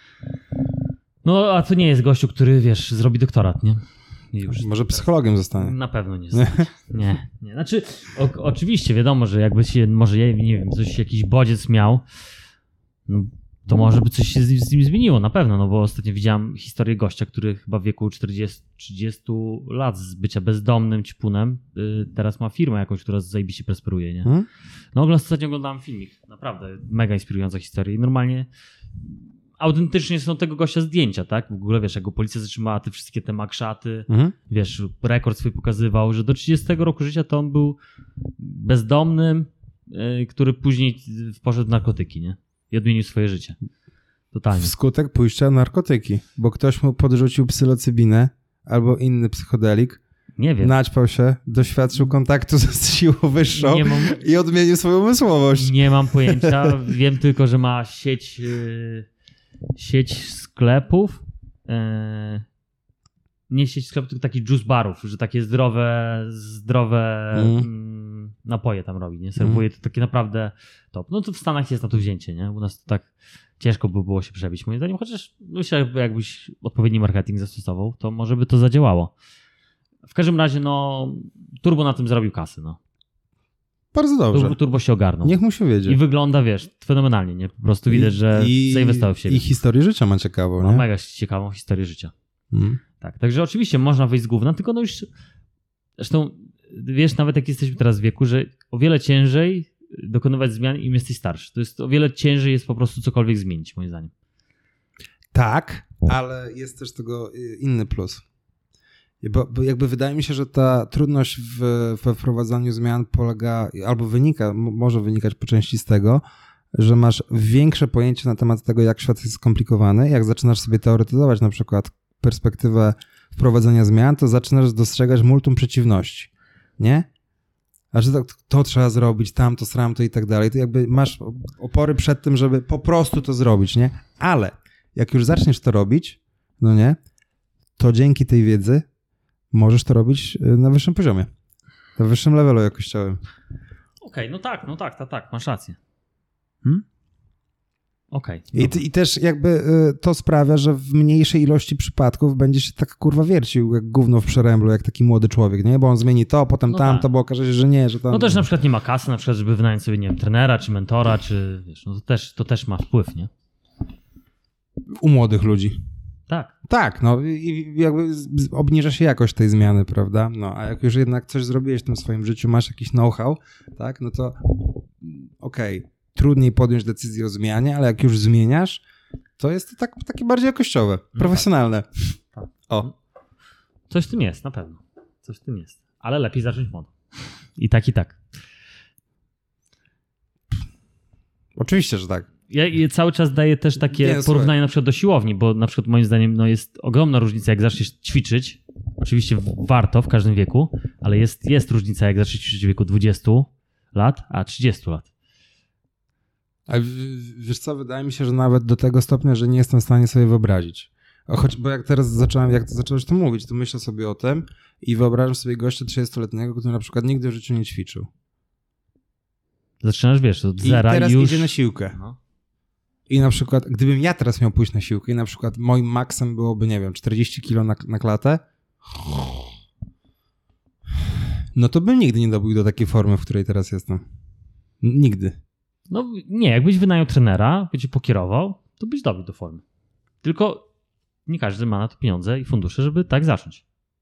No a to nie jest gościu, który, wiesz, zrobi doktorat, nie? I już Może psychologiem zostanie. na pewno nie zostanie. Nie, nie. Znaczy, o, oczywiście wiadomo, że jakby się, może, ja nie wiem, coś, jakiś bodziec miał, no, to może by coś się z nim, z nim zmieniło, na pewno, no bo ostatnio widziałem historię gościa, który chyba w wieku czterdziestu trzydziestu lat z bycia bezdomnym ćpunem, y, teraz ma firmę jakąś, która zajebiście prosperuje, nie? Hmm? No ostatnio oglądałem filmik, naprawdę mega inspirująca historia i normalnie autentycznie są tego gościa zdjęcia, tak? W ogóle wiesz, jak go policja zatrzymała, te wszystkie te magszaty, Mhm. wiesz, rekord swój pokazywał, że do trzydziestego roku życia to on był bezdomnym, yy, który później poszedł w narkotyki, nie? I odmienił swoje życie. Totalnie. Wskutek pójścia na narkotyki, bo ktoś mu podrzucił psylocybinę albo inny psychodelik, Nie wiem. naćpał się, doświadczył kontaktu z siłą wyższą Nie mam, i odmienił swoją umysłowość. nie mam pojęcia. Wiem tylko, że ma sieć, yy, sieć sklepów. Yy, nie sieć sklepów, tylko takich juice barów, że takie zdrowe, zdrowe Mm. mm, napoje tam robi, nie? Serwuje to takie naprawdę top. No to w Stanach jest na to wzięcie, nie? U nas to tak ciężko by było się przebić, moim zdaniem, chociaż myślę, że jakbyś odpowiedni marketing zastosował, to może by to zadziałało. W każdym razie, no, Turbo na tym zarobił kasy, no. Bardzo dobrze. Turbo, turbo się ogarnął. Niech mu się wiedzie. I wygląda, wiesz, fenomenalnie, nie? Po prostu widać, że I, zainwestował w siebie. I historię życia ma ciekawą, No, nie? mega ciekawą historię życia. Mm. Tak, także oczywiście można wyjść z gówna, tylko no już zresztą wiesz, nawet jak jesteśmy teraz w wieku, że o wiele ciężej dokonywać zmian, im jesteś starszy. To jest o wiele ciężej jest po prostu cokolwiek zmienić, moim zdaniem. Tak, ale jest też tego y, inny plus. Bo, bo jakby wydaje mi się, że ta trudność w, we wprowadzaniu zmian polega, albo wynika, m- może wynikać po części z tego, że masz większe pojęcie na temat tego, jak świat jest skomplikowany. Jak zaczynasz sobie teoretyzować na przykład perspektywę wprowadzenia zmian, to zaczynasz dostrzegać multum przeciwności, nie? A że to, to trzeba zrobić, tamto, sramto i tak dalej, to jakby masz opory przed tym, żeby po prostu to zrobić, nie? Ale jak już zaczniesz to robić, no nie, to dzięki tej wiedzy możesz to robić na wyższym poziomie, na wyższym levelu jakościowym. Okej, okay, no tak, no tak, tak, tak, masz rację. Hmm? Okej. I, Okay, I też jakby y, to sprawia, że w mniejszej ilości przypadków będziesz się tak kurwa wiercił jak gówno w przeręblu, jak taki młody człowiek, nie? Bo on zmieni to, potem No tamto, tak. bo okaże się, że nie, że tam... No też na przykład nie ma kasy, na przykład, żeby wynająć sobie, nie wiem, trenera, czy mentora, czy wiesz, no to też, to też ma wpływ, nie? U młodych ludzi. Tak. Tak, no i jakby z- obniża się jakość tej zmiany, prawda? No a jak już jednak coś zrobiłeś w tym swoim życiu, masz jakiś know-how, tak? No to okej, okay, trudniej podjąć decyzję o zmianie, ale jak już zmieniasz, to jest to tak, takie bardziej jakościowe, profesjonalne. Tak. O. Coś w tym jest, na pewno. Coś w tym jest. Ale lepiej zacząć młodo. I tak, i tak. Oczywiście, że tak. Ja ja cały czas daję też takie Nie, no, porównanie słuchaj. na przykład do siłowni, bo na przykład moim zdaniem no jest ogromna różnica, jak zaczniesz ćwiczyć. Oczywiście warto w każdym wieku, ale jest, jest różnica, jak zaczniesz ćwiczyć w wieku dwudziestu lat, a trzydziestu lat. A w- w- wiesz co, wydaje mi się, że nawet do tego stopnia, że nie jestem w stanie sobie wyobrazić. A choć, bo jak teraz zacząłem, jak zacząłeś to mówić, to myślę sobie o tym i wyobrażam sobie gościa trzydziestoletniego, który na przykład nigdy w życiu nie ćwiczył. Zaczynasz, wiesz, od I zera teraz i już... idzie na siłkę. No. I na przykład, gdybym ja teraz miał pójść na siłkę i na przykład moim maksem byłoby, nie wiem, czterdzieści kilo na, na klatę, no to bym nigdy nie dobił do takiej formy, w której teraz jestem. N- Nigdy. No nie, jakbyś wynajął trenera, by cię pokierował, to byś dobił do formy. Tylko nie każdy ma na to pieniądze i fundusze, żeby tak zacząć.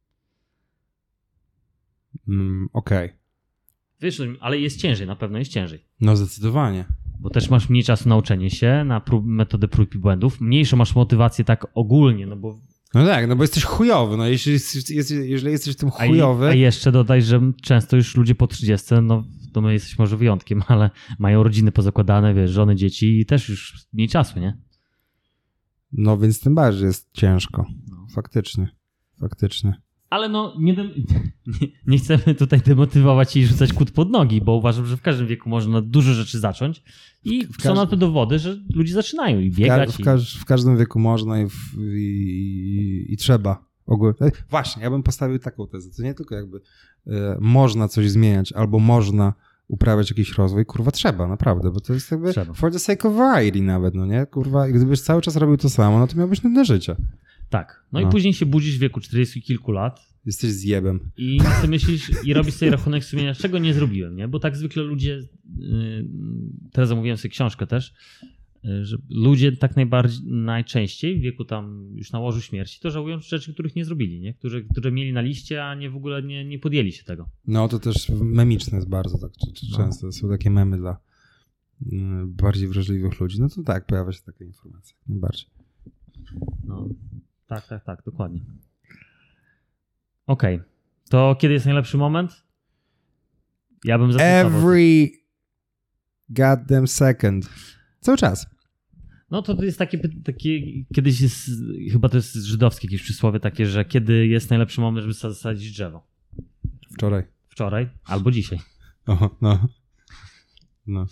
Mm, Okej. Wiesz, ale jest ciężej, na pewno jest ciężej. No zdecydowanie. Bo też masz mniej czasu na uczenie się, na prób, metodę prób i błędów. Mniejszą masz motywację tak ogólnie, no bo... No tak, no bo jesteś chujowy. No jeśli, jest, jest, jeżeli jesteś w tym A, i, chujowy... a jeszcze dodaj, że często już ludzie po trzydziestce, no to my jesteśmy może wyjątkiem, ale mają rodziny pozakładane, wiesz, żony, dzieci i też już mniej czasu, nie? No więc tym bardziej jest ciężko. No. Faktycznie. Faktycznie. Ale no, nie, dem- nie, nie chcemy tutaj demotywować i rzucać kłód pod nogi, bo uważam, że w każdym wieku można dużo rzeczy zacząć i W są na każdym- to dowody, że ludzie zaczynają i Ka- biegać. w, każ- w każdym wieku można i, w, i, i, i trzeba. Ogólnie. Właśnie, ja bym postawił taką tezę. To nie tylko jakby e, można coś zmieniać albo można uprawiać jakiś rozwój. Kurwa, trzeba, naprawdę, bo to jest jakby Trzeba. for the sake of variety nawet, no nie? Kurwa, gdybyś cały czas robił to samo, no to miałbyś nudne życie. Tak. No, No. i później się budzisz w wieku czterdziestu kilku lat Jesteś zjebem. i ty myślisz i robisz sobie rachunek sumienia, czego nie zrobiłem, nie? Bo tak zwykle ludzie, yy, teraz zamówiłem sobie książkę też, yy, że ludzie tak najbardziej, najczęściej w wieku tam już na łożu śmierci to żałują rzeczy, których nie zrobili, nie? Które, które mieli na liście, a nie w ogóle nie, nie podjęli się tego. No to też memiczne jest bardzo, tak czy, czy No. często są takie memy dla y, bardziej wrażliwych ludzi. No to tak, pojawia się taka informacja. Najbardziej. No, tak, tak, tak, dokładnie. Okej, to kiedy jest najlepszy moment? Ja bym zastosował. Every goddamn second. Cały czas. No to jest takie, py- takie, kiedyś jest, chyba to jest żydowskie jakieś przysłowie takie, że kiedy jest najlepszy moment, żeby zasadzić drzewo? Wczoraj. Wczoraj albo dzisiaj. O, no. No.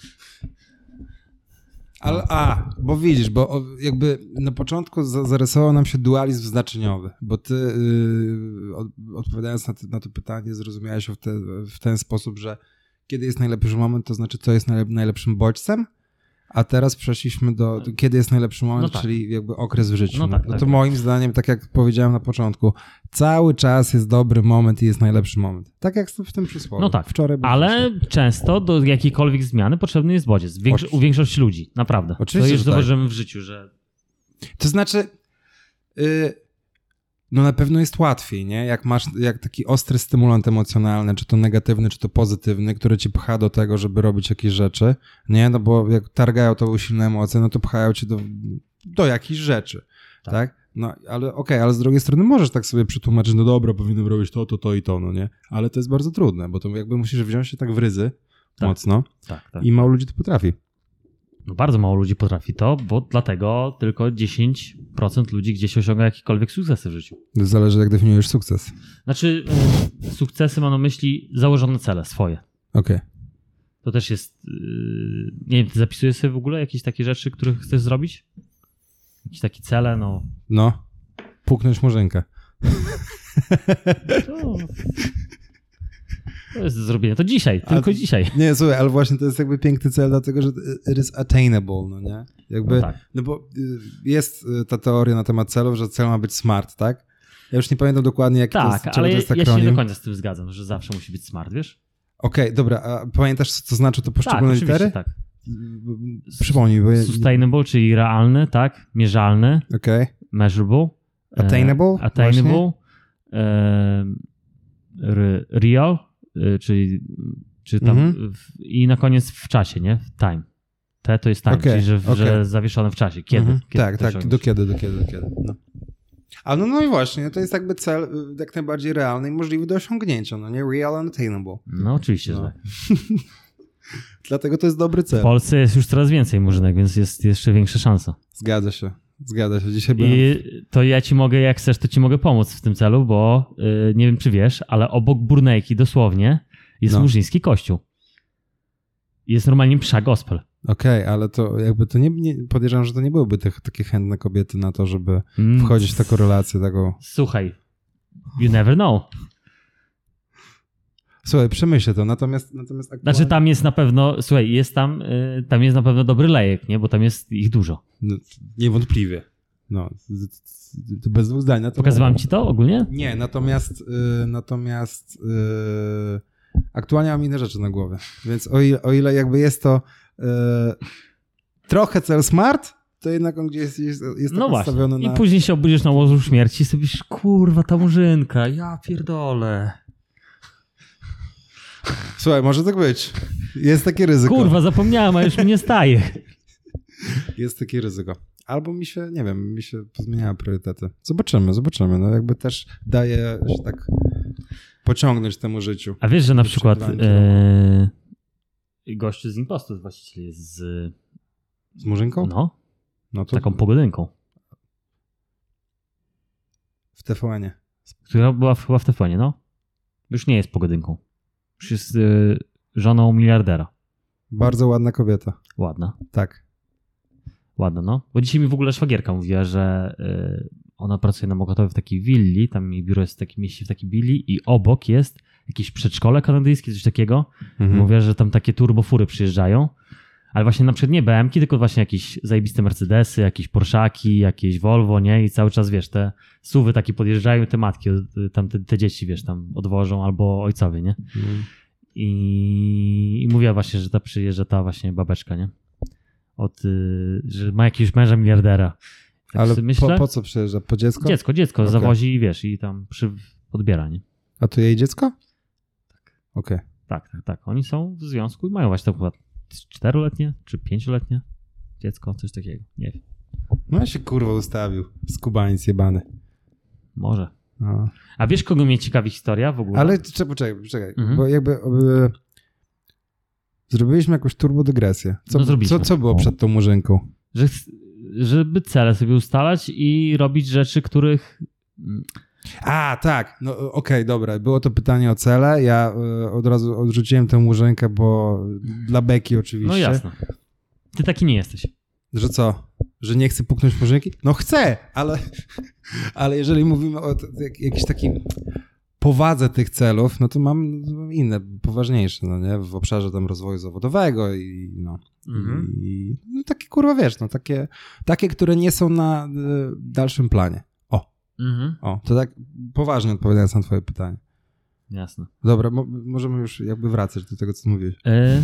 Ale, a, bo widzisz, bo o, jakby na początku za, zarysował nam się dualizm znaczeniowy, bo ty yy, od, odpowiadając na, ty, na to pytanie zrozumiałeś w, te, w ten sposób, że kiedy jest najlepszy moment, to znaczy co jest najlep, najlepszym bodźcem, a teraz przeszliśmy do, do kiedy jest najlepszy moment, No tak. czyli jakby okres w życiu. No No, tak, no tak, to tak. moim zdaniem, tak jak powiedziałem na początku, cały czas jest dobry moment i jest najlepszy moment. Tak jak w tym przysłowiu. No tak, Wczoraj był ale dzisiaj. często do jakiejkolwiek zmiany potrzebny jest bodziec. Większo- Oczywiście. u większości ludzi, naprawdę. Oczywiście, to już że tak. zauważymy w życiu, że To znaczy, yy, no na pewno jest łatwiej, nie? Jak masz jak taki ostry stymulant emocjonalny, czy to negatywny, czy to pozytywny, który ci pcha do tego, żeby robić jakieś rzeczy, nie? No bo jak targają to silne emocje, no to pchają cię do, do jakichś rzeczy, tak? Tak. No ale okej, ale z drugiej strony możesz tak sobie przetłumaczyć, no dobra, powinienem robić to, to, to i to, no nie? Ale to jest bardzo trudne, bo to jakby musisz wziąć się tak w ryzy Tak. mocno tak, tak. i mało ludzi to potrafi. No bardzo mało ludzi potrafi to, bo dlatego tylko dziesięć procent ludzi gdzieś osiąga jakiekolwiek sukcesy w życiu. To zależy, jak definiujesz sukces. Znaczy, y, sukcesy mam na myśli założone cele swoje. Okej. To też jest, yy, nie wiem, ty zapisujesz sobie w ogóle jakieś takie rzeczy, które chcesz zrobić? Jakieś takie cele, no. No, puknąć murzynkę. To, to jest do zrobienia. To dzisiaj, Ale tylko to- dzisiaj. Nie, słuchaj, ale właśnie to jest jakby piękny cel, dlatego że it is attainable, no nie? Jakby, No no, tak. bo y, jest y, ta teoria na temat celów, że cel ma być smart, tak? Ja już nie pamiętam dokładnie, jak to Tak, jest, czego ale to ja, jest ja się nie akronim. do końca z tym zgadzam, że zawsze musi być smart, wiesz? Okej, dobra, a pamiętasz, co to znaczy to Tak, poszczególne oczywiście, litery? tak. Przypomnij, bo ja... Sustainable, czyli realny, tak? Mierzalny, Okej, measurable. e, Attainable, Attainable. E, re- real, e, czyli czy tam Mhm. w, i na koniec w czasie, nie? W time. T to jest time, Okej, czyli że, okej. że zawieszone w czasie. Kiedy? Mhm. kiedy Tak, to tak, osiągniesz? do kiedy, do kiedy, do kiedy. No. A no, no i właśnie, to jest jakby cel y, jak najbardziej realny i możliwy do osiągnięcia, no nie? Real and attainable. No oczywiście, No. że tak. Dlatego to jest dobry W cel. Polsce jest już coraz więcej murzynek, więc jest jeszcze większa szansa. Zgadza się, zgadza się. Dzisiaj byłem... I to ja ci mogę, jak chcesz, to ci mogę pomóc w tym celu, bo y, nie wiem, czy wiesz, ale obok Burnejki dosłownie jest No. murzyński kościół. Jest normalnie msza gospel. Okej, ale to jakby to nie, nie... Podejrzewam, że to nie byłyby tych, takie chętne kobiety na to, żeby Mm, wchodzić w taką relację, taką... Słuchaj, you never know. Słuchaj, przemyślę to, natomiast... natomiast aktualnie... Znaczy tam jest na pewno, słuchaj, jest tam, y, tam jest na pewno dobry lejek, nie? Bo tam jest ich dużo. No, niewątpliwie. No, z- z- to bez dwóch zdań. Natomiast... Pokazywałem ci to ogólnie? Nie, natomiast y, natomiast y, aktualnie mam inne rzeczy na głowie. Więc o ile, o ile jakby jest to y, trochę cel smart, to jednak on gdzieś jest, jest, jest No tak właśnie. nastawiony I na... później się obudzisz na łożu śmierci i sobie myślisz, kurwa, ta murzynka, ja pierdolę. Słuchaj, może tak być. Jest takie ryzyko. Kurwa, zapomniałem, a już mi nie staje. Jest takie ryzyko. Albo mi się, nie wiem, mi się pozmieniały priorytety. Zobaczymy, zobaczymy. No jakby też daje się tak pociągnąć temu życiu. A wiesz, że na Nie przykład przegrywałem e, gościu z Impostus właściciel jest z, Z murzynką? no, No to taką pogodynką. w T V N-ie. Która była chyba w Tefonie, no. Już nie jest pogodynką. Już jest y, żoną miliardera. Bardzo ładna kobieta. Ładna. Tak. Ładna, no. Bo dzisiaj mi w ogóle szwagierka mówiła, że y, ona pracuje na Mokotowie w takiej willi, tam jej biuro jest w takim mieście, w takiej willi i obok jest jakieś przedszkole kanadyjskie, coś takiego. Mhm. Mówię, że tam takie turbofury przyjeżdżają, ale właśnie na przykład nie B M ki, tylko właśnie jakieś zajebiste Mercedesy, jakieś Porszaki, jakieś Volvo, nie? I cały czas, wiesz, te suwy takie podjeżdżają, te matki, tam te, te dzieci, wiesz, tam odwożą albo ojcowie, nie? Mhm. I, i mówiła właśnie, że ta przyjeżdża ta właśnie babeczka, nie? Od, y, że ma jakiegoś męża miliardera. Tak Ale sobie myślę, po, po co przyjeżdża? Po dziecko? dziecko, dziecko Okay. zawozi i wiesz, i tam przy, odbiera, nie? A to jej dziecko? Tak. Okej. Okay. Tak, tak, tak. Oni są w związku i mają właśnie tam chyba czteroletnie czy pięcioletnie dziecko, coś takiego. Nie wiem. No ja się kurwa ustawił. Skubaniec jebany. Może. No. A wiesz, kogo mnie ciekawi historia w ogóle? Ale czekaj, poczekaj, poczekaj. Mhm. Bo jakby y, zrobiliśmy jakąś turbodygresję. Co, No zrobiliśmy. co, co było przed tą murzynką? Że, żeby cele sobie ustalać i robić rzeczy, których... A, tak. No okej, okay, dobra. Było to pytanie o cele. Ja y, od razu odrzuciłem tę murzynkę, bo dla beki oczywiście. No jasne. Ty taki nie jesteś. Że co? Że nie chcę puknąć murzynki? No chcę, ale, ale jeżeli mówimy o t- jak, jakiejś takiej powadze tych celów, no to mam inne, poważniejsze, no nie? W obszarze tam rozwoju zawodowego i no. Mhm. I, no takie kurwa wiesz, no takie, takie, które nie są na y, dalszym planie. O, Mhm. o, to tak poważnie odpowiadając na twoje pytanie. Jasne. Dobra, mo- możemy już jakby wracać do tego, co mówiłeś. E...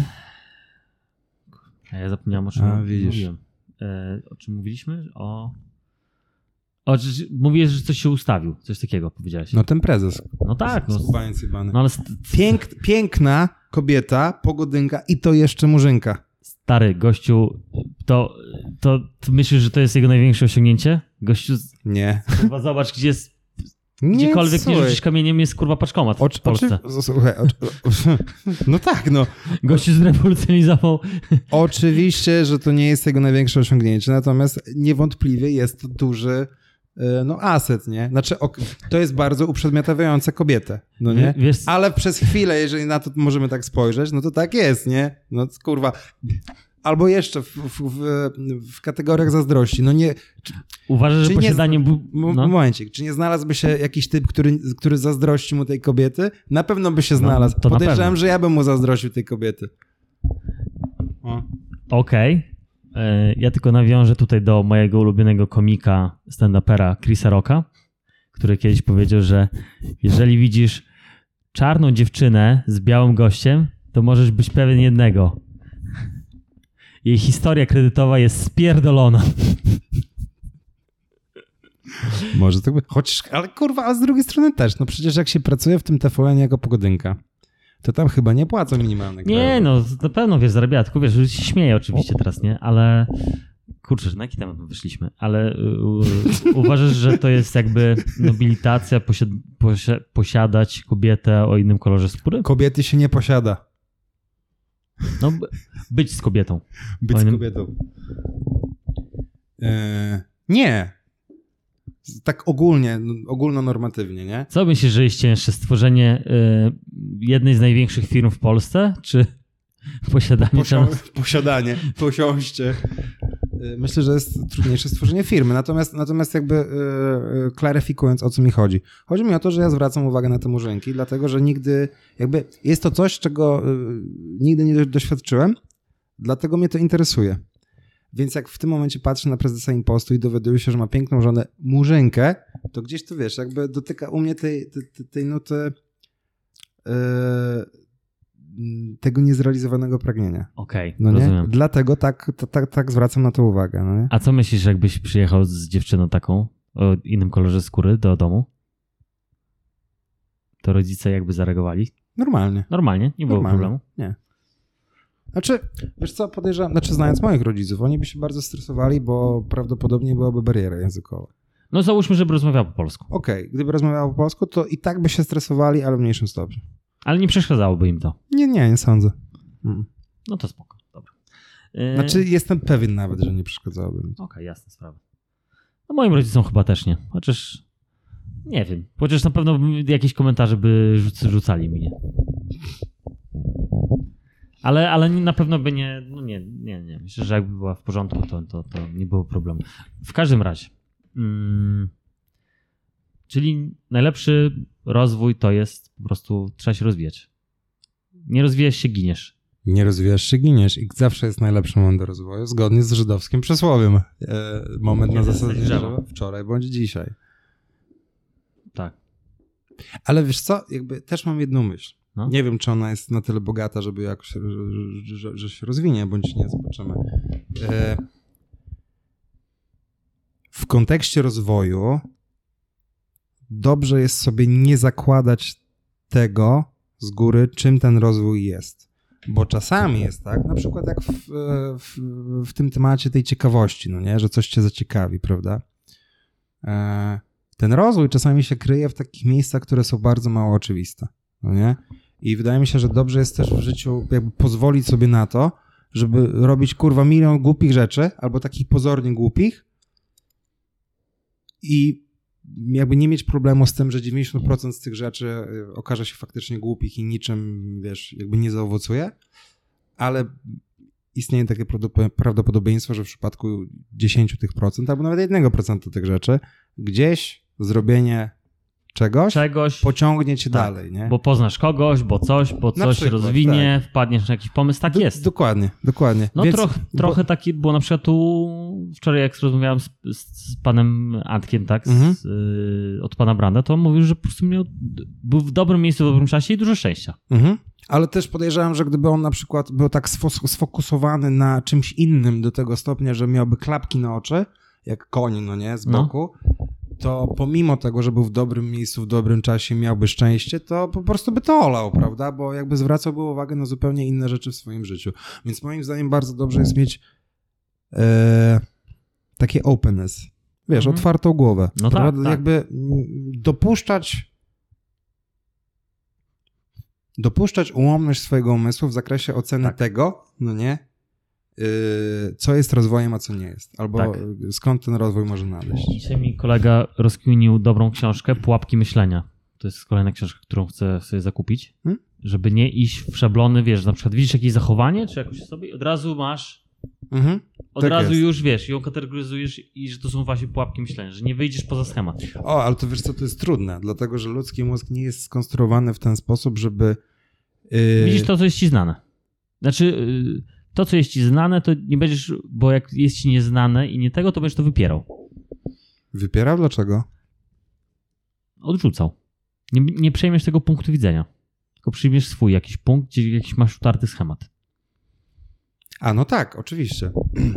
A ja zapomniałem, o czym A, widzisz. mówiłem. E... O czym mówiliśmy? O... o że, mówiłeś, że coś się ustawił. Coś takiego powiedziałeś. No ten prezes. No tak. No, Skubaniec jebany. no ale st- Pięk, piękna kobieta, pogodynka i to jeszcze murzynka. stary, gościu, to, to, to myślisz, że to jest jego największe osiągnięcie? Gościu, z- Nie. kurwa, zobacz, gdzie jest, Nie, gdziekolwiek nie słuchaj. rzucisz kamieniem, jest kurwa paczkomat w Oczy, Polsce. oczy, słuchaj, oczy, no tak, no. Gościu zrewolucjonizował. Oczywiście, że to nie jest jego największe osiągnięcie, natomiast niewątpliwie jest to duży e, no aset, nie? Znaczy ok, to jest bardzo uprzedmiotawiające kobietę, no nie? Wiesz, Ale przez chwilę, jeżeli na to możemy tak spojrzeć, no to tak jest, nie? No kurwa. Albo jeszcze w, w, w, w kategoriach zazdrości, no nie... uważasz, że czy nie posiadanie... bu- M- no. Momencik, czy nie znalazłby się jakiś typ, który, który zazdrości mu tej kobiety? Na pewno by się znalazł. No, to na Podejrzewam, pewno. że ja bym mu zazdrościł tej kobiety. O. Okej. E, Ja tylko nawiążę tutaj do mojego ulubionego komika, stand-upera Chrisa Rocka, który kiedyś powiedział, że jeżeli widzisz czarną dziewczynę z białym gościem, to możesz być pewien jednego. Jej historia kredytowa jest spierdolona. Może tak by. Chociaż, ale kurwa, a z drugiej strony też. No przecież jak się pracuje w tym T V N jako pogodynka, to tam chyba nie płacą minimalnych. Nie, no na pewno, wiesz, zarabia, tylko wiesz, że się śmieje oczywiście teraz, nie? Ale kurczę, na jaki temat my wyszliśmy? Ale u, uważasz, że to jest jakby nobilitacja, posiad- posi- posiadać kobietę o innym kolorze skóry? Kobiety się nie posiada. No, b- być z kobietą. Być O z innym- kobietą. Eee, nie. Tak ogólnie, no, ogólnonormatywnie, nie? Co myślisz, że jest cięższe? Stworzenie y, jednej z największych firm w Polsce, czy posiadanie... Posio- tam- posiadanie, posiąście. Myślę, że jest trudniejsze stworzenie firmy. Natomiast, natomiast jakby yy, klaryfikując, o co mi chodzi. Chodzi mi o to, że ja zwracam uwagę na te murzynki, dlatego, że nigdy jakby jest to coś, czego yy, nigdy nie doświadczyłem, dlatego mnie to interesuje. Więc jak w tym momencie patrzę na prezesa Impostu i dowiaduję się, że ma piękną żonę murzynkę, to gdzieś to wiesz, jakby dotyka u mnie tej, tej, tej nuty yy, tego niezrealizowanego pragnienia. Okej, No nie? rozumiem. Dlatego tak, to, tak, tak zwracam na to uwagę. No nie? A co myślisz, jakbyś przyjechał z dziewczyną taką o innym kolorze skóry do domu? To rodzice jakby zareagowali? Normalnie. Normalnie, nie było Normalnie. problemu. Nie. Znaczy, wiesz co, podejrzewam, znaczy znając moich rodziców, oni by się bardzo stresowali, bo prawdopodobnie byłaby bariera językowa. No załóżmy, żeby rozmawiał po polsku. Okej, okay, gdyby rozmawiał po polsku, to i tak by się stresowali, ale w mniejszym stopniu. Ale nie przeszkadzałoby im to. Nie, nie, nie sądzę. Mm. No to spoko, dobra. Yy, Znaczy, jestem pewien nawet, że nie przeszkadzałoby im to. Okej, jasna sprawa. No moim rodzicom chyba też nie. Chociaż Nie wiem. Chociaż na pewno jakieś komentarze by rzuc- rzucali mi, nie? Ale, ale na pewno by nie, no nie, nie, nie. Myślę, że jakby była w porządku, to, to, to nie było problemu. W każdym razie. Mm, czyli najlepszy rozwój to jest po prostu trzeba się rozwijać. Nie rozwijasz się, giniesz. Nie rozwijasz się, giniesz i zawsze jest najlepszy moment do rozwoju, zgodnie z żydowskim przysłowiem. E, moment na zasadzie drzewa wczoraj bądź dzisiaj. Tak. Ale wiesz co, jakby też mam jedną myśl. No. Nie wiem, czy ona jest na tyle bogata, żeby jakoś, że, że, że się rozwinie, bądź nie, zobaczymy. E, w kontekście rozwoju dobrze jest sobie nie zakładać tego z góry, czym ten rozwój jest. Bo czasami jest tak, na przykład jak w, w, w tym temacie tej ciekawości, no nie, że coś cię zaciekawi, prawda? E, ten rozwój czasami się kryje w takich miejscach, które są bardzo mało oczywiste, no nie? I wydaje mi się, że dobrze jest też w życiu jakby pozwolić sobie na to, żeby robić kurwa milion głupich rzeczy, albo takich pozornie głupich i jakby nie mieć problemu z tym, że dziewięćdziesiąt procent z tych rzeczy okaże się faktycznie głupich i niczym, wiesz, jakby nie zaowocuje, ale istnieje takie prawdopodobieństwo, że w przypadku dziesięć tych procent, albo nawet jednego procenta tych rzeczy, gdzieś zrobienie czegoś, Czegoś pociągnie cię tak, dalej, nie? Bo poznasz kogoś, bo coś, bo Na coś przykład, rozwinie, wpadniesz na jakiś pomysł, tak Do, jest. Dokładnie, dokładnie. No Więc, troch, trochę bo... taki było na przykład tu wczoraj jak rozmawiałem z, z, z panem Antkiem, tak, Mhm. z, y, od pana Branda, to on mówił, że po prostu miał, był w dobrym miejscu, w dobrym czasie i dużo szczęścia. Mhm. Ale też podejrzewam, że gdyby on na przykład był tak sfos- sfokusowany na czymś innym do tego stopnia, że miałby klapki na oczy, jak koń, no nie, z No. boku, to pomimo tego, że był w dobrym miejscu, w dobrym czasie, miałby szczęście, to po prostu by to olał, prawda? Bo jakby zwracałby uwagę na zupełnie inne rzeczy w swoim życiu. Więc moim zdaniem bardzo dobrze jest mieć e, takie openness. Wiesz, Mhm. otwartą głowę. No tak, prawda? tak. Jakby mm, dopuszczać dopuszczać ułomność swojego umysłu w zakresie oceny Tak. tego, no nie, yy, co jest rozwojem, a co nie jest. Albo Tak. skąd ten rozwój może nadejść. Dzisiaj mi kolega rozkminił dobrą książkę Pułapki myślenia. To jest kolejna książka, którą chcę sobie zakupić, Hmm? żeby nie iść w szablony, wiesz, na przykład widzisz jakieś zachowanie, czy jakoś sobie i od razu masz, Mhm. od Tak razu jest. już wiesz, ją kategoryzujesz i że to są właśnie pułapki myślenia, że nie wyjdziesz poza schemat. O, ale to wiesz co, to jest trudne, dlatego, że ludzki mózg nie jest skonstruowany w ten sposób, żeby... Yy... Widzisz to, co jest ci znane. Znaczy, yy, to, co jest ci znane, to nie będziesz, bo jak jest ci nieznane i nie tego, to będziesz to wypierał. Wypierał? Dlaczego? Odrzucał. Nie, nie przejmiesz tego punktu widzenia. Tylko przyjmiesz swój jakiś punkt, gdzie jakiś masz utarty schemat. A, no tak, oczywiście.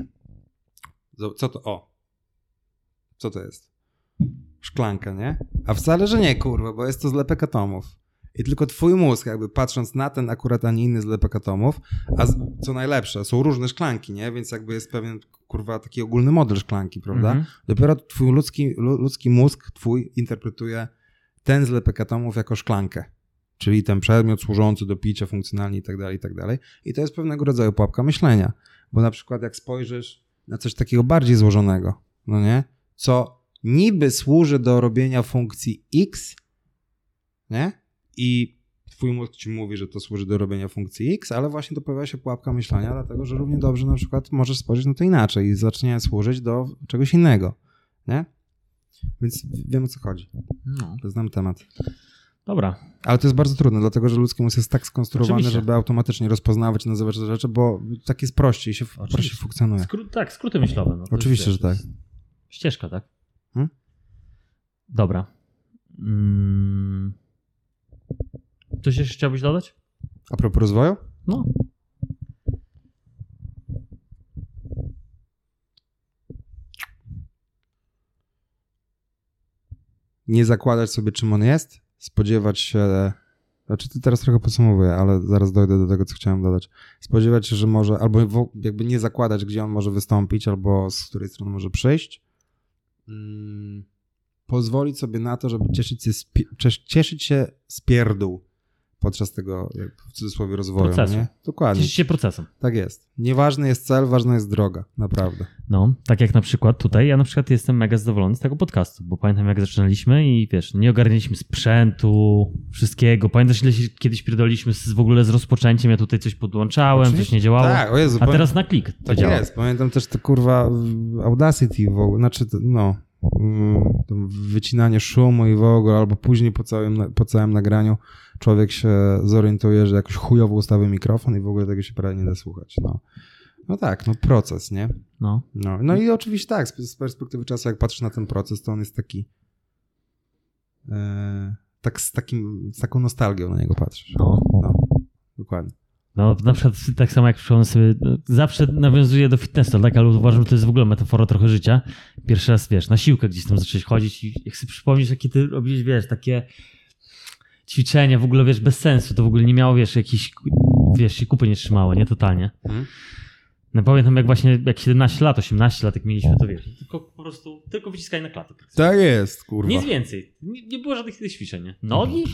Co to? O. Co to jest? Szklanka, nie? A wcale, że nie, kurwa, bo jest to zlepek atomów. I tylko twój mózg, jakby patrząc na ten akurat, a nie inny zlepek atomów, a z, co najlepsze, są różne szklanki, nie? Więc jakby jest pewien, kurwa, taki ogólny model szklanki, prawda? Mhm. Dopiero twój ludzki, lu- ludzki mózg, twój, interpretuje ten zlepek atomów jako szklankę. Czyli ten przedmiot służący do picia funkcjonalnie i tak dalej, i tak dalej. I to jest pewnego rodzaju pułapka myślenia. Bo na przykład jak spojrzysz na coś takiego bardziej złożonego, no nie? Co niby służy do robienia funkcji X, nie? I twój mózg ci mówi, że to służy do robienia funkcji X, ale właśnie to pojawia się pułapka myślenia, dlatego że równie dobrze na przykład możesz spojrzeć na to inaczej i zacznie służyć do czegoś innego, nie? Więc wiem, o co chodzi. No. Znam temat. Dobra. Ale to jest bardzo trudne, dlatego że ludzki mózg jest tak skonstruowany, Oczywiście. żeby automatycznie rozpoznawać i nazywać te rzeczy, bo tak jest prościej i się Oczywiście. prościej funkcjonuje. Skró- tak, skróty myślowe. No, to Oczywiście, jest, że wiesz, tak. to jest Ścieżka, tak? Hmm? Dobra. Mm. Coś jeszcze chciałbyś dodać? A propos rozwoju? No. Nie zakładać sobie, czym on jest, spodziewać się, znaczy to teraz trochę podsumowuję, ale zaraz dojdę do tego, co chciałem dodać. Spodziewać się, że może, albo w- jakby nie zakładać, gdzie on może wystąpić, albo z której strony może przyjść. Mm, pozwolić sobie na to, żeby cieszyć się z, pi- cies- cieszyć się z pierdół. podczas tego, jak w cudzysłowie, rozwoju. Procesu. Nie? Dokładnie. Cieszyć się procesem. Tak jest. Nieważny jest cel, ważna jest droga. Naprawdę. No, tak jak na przykład tutaj, ja na przykład jestem mega zadowolony z tego podcastu, bo pamiętam jak zaczynaliśmy i wiesz, nie ogarnialiśmy sprzętu, wszystkiego. Pamiętasz ile się kiedyś pierdoliśmy z, w ogóle z rozpoczęciem, ja tutaj coś podłączałem, Oczywiście. coś nie działało, Tak, o Jezu, a teraz na klik to tak działa. jest. Pamiętam też to kurwa Audacity w ogóle, znaczy to, no mm, to wycinanie szumu i w ogóle, albo później po całym, po całym nagraniu człowiek się zorientuje, że jakoś chujowo ustawił mikrofon i w ogóle tego się prawie nie da słuchać. No, no tak, no proces, nie? No. No, no i oczywiście tak, z, z perspektywy czasu jak patrzysz na ten proces, to on jest taki e, tak z, takim, z taką nostalgią na niego patrzysz. No. No, dokładnie. No, na przykład tak samo jak przypomnę sobie, no, zawsze nawiązuję do fitnessu, tak, ale uważam, że to jest w ogóle metafora trochę życia. Pierwszy raz, wiesz, na siłkę gdzieś tam zacząłeś chodzić i jak sobie przypomnisz, jakie ty robiłeś, wiesz, takie ćwiczenia w ogóle, wiesz, bez sensu, to w ogóle nie miało, wiesz, jakiś, wiesz, się kupy nie trzymało, nie, totalnie. Hmm? No pamiętam jak właśnie, jak siedemnaście lat, osiemnaście lat, jak mieliśmy, to wiesz, tylko po prostu, tylko wyciskanie na klatę. Tak jest, kurwa. Nic więcej, nie, nie było żadnych tych ćwiczeń, nie? Nogi?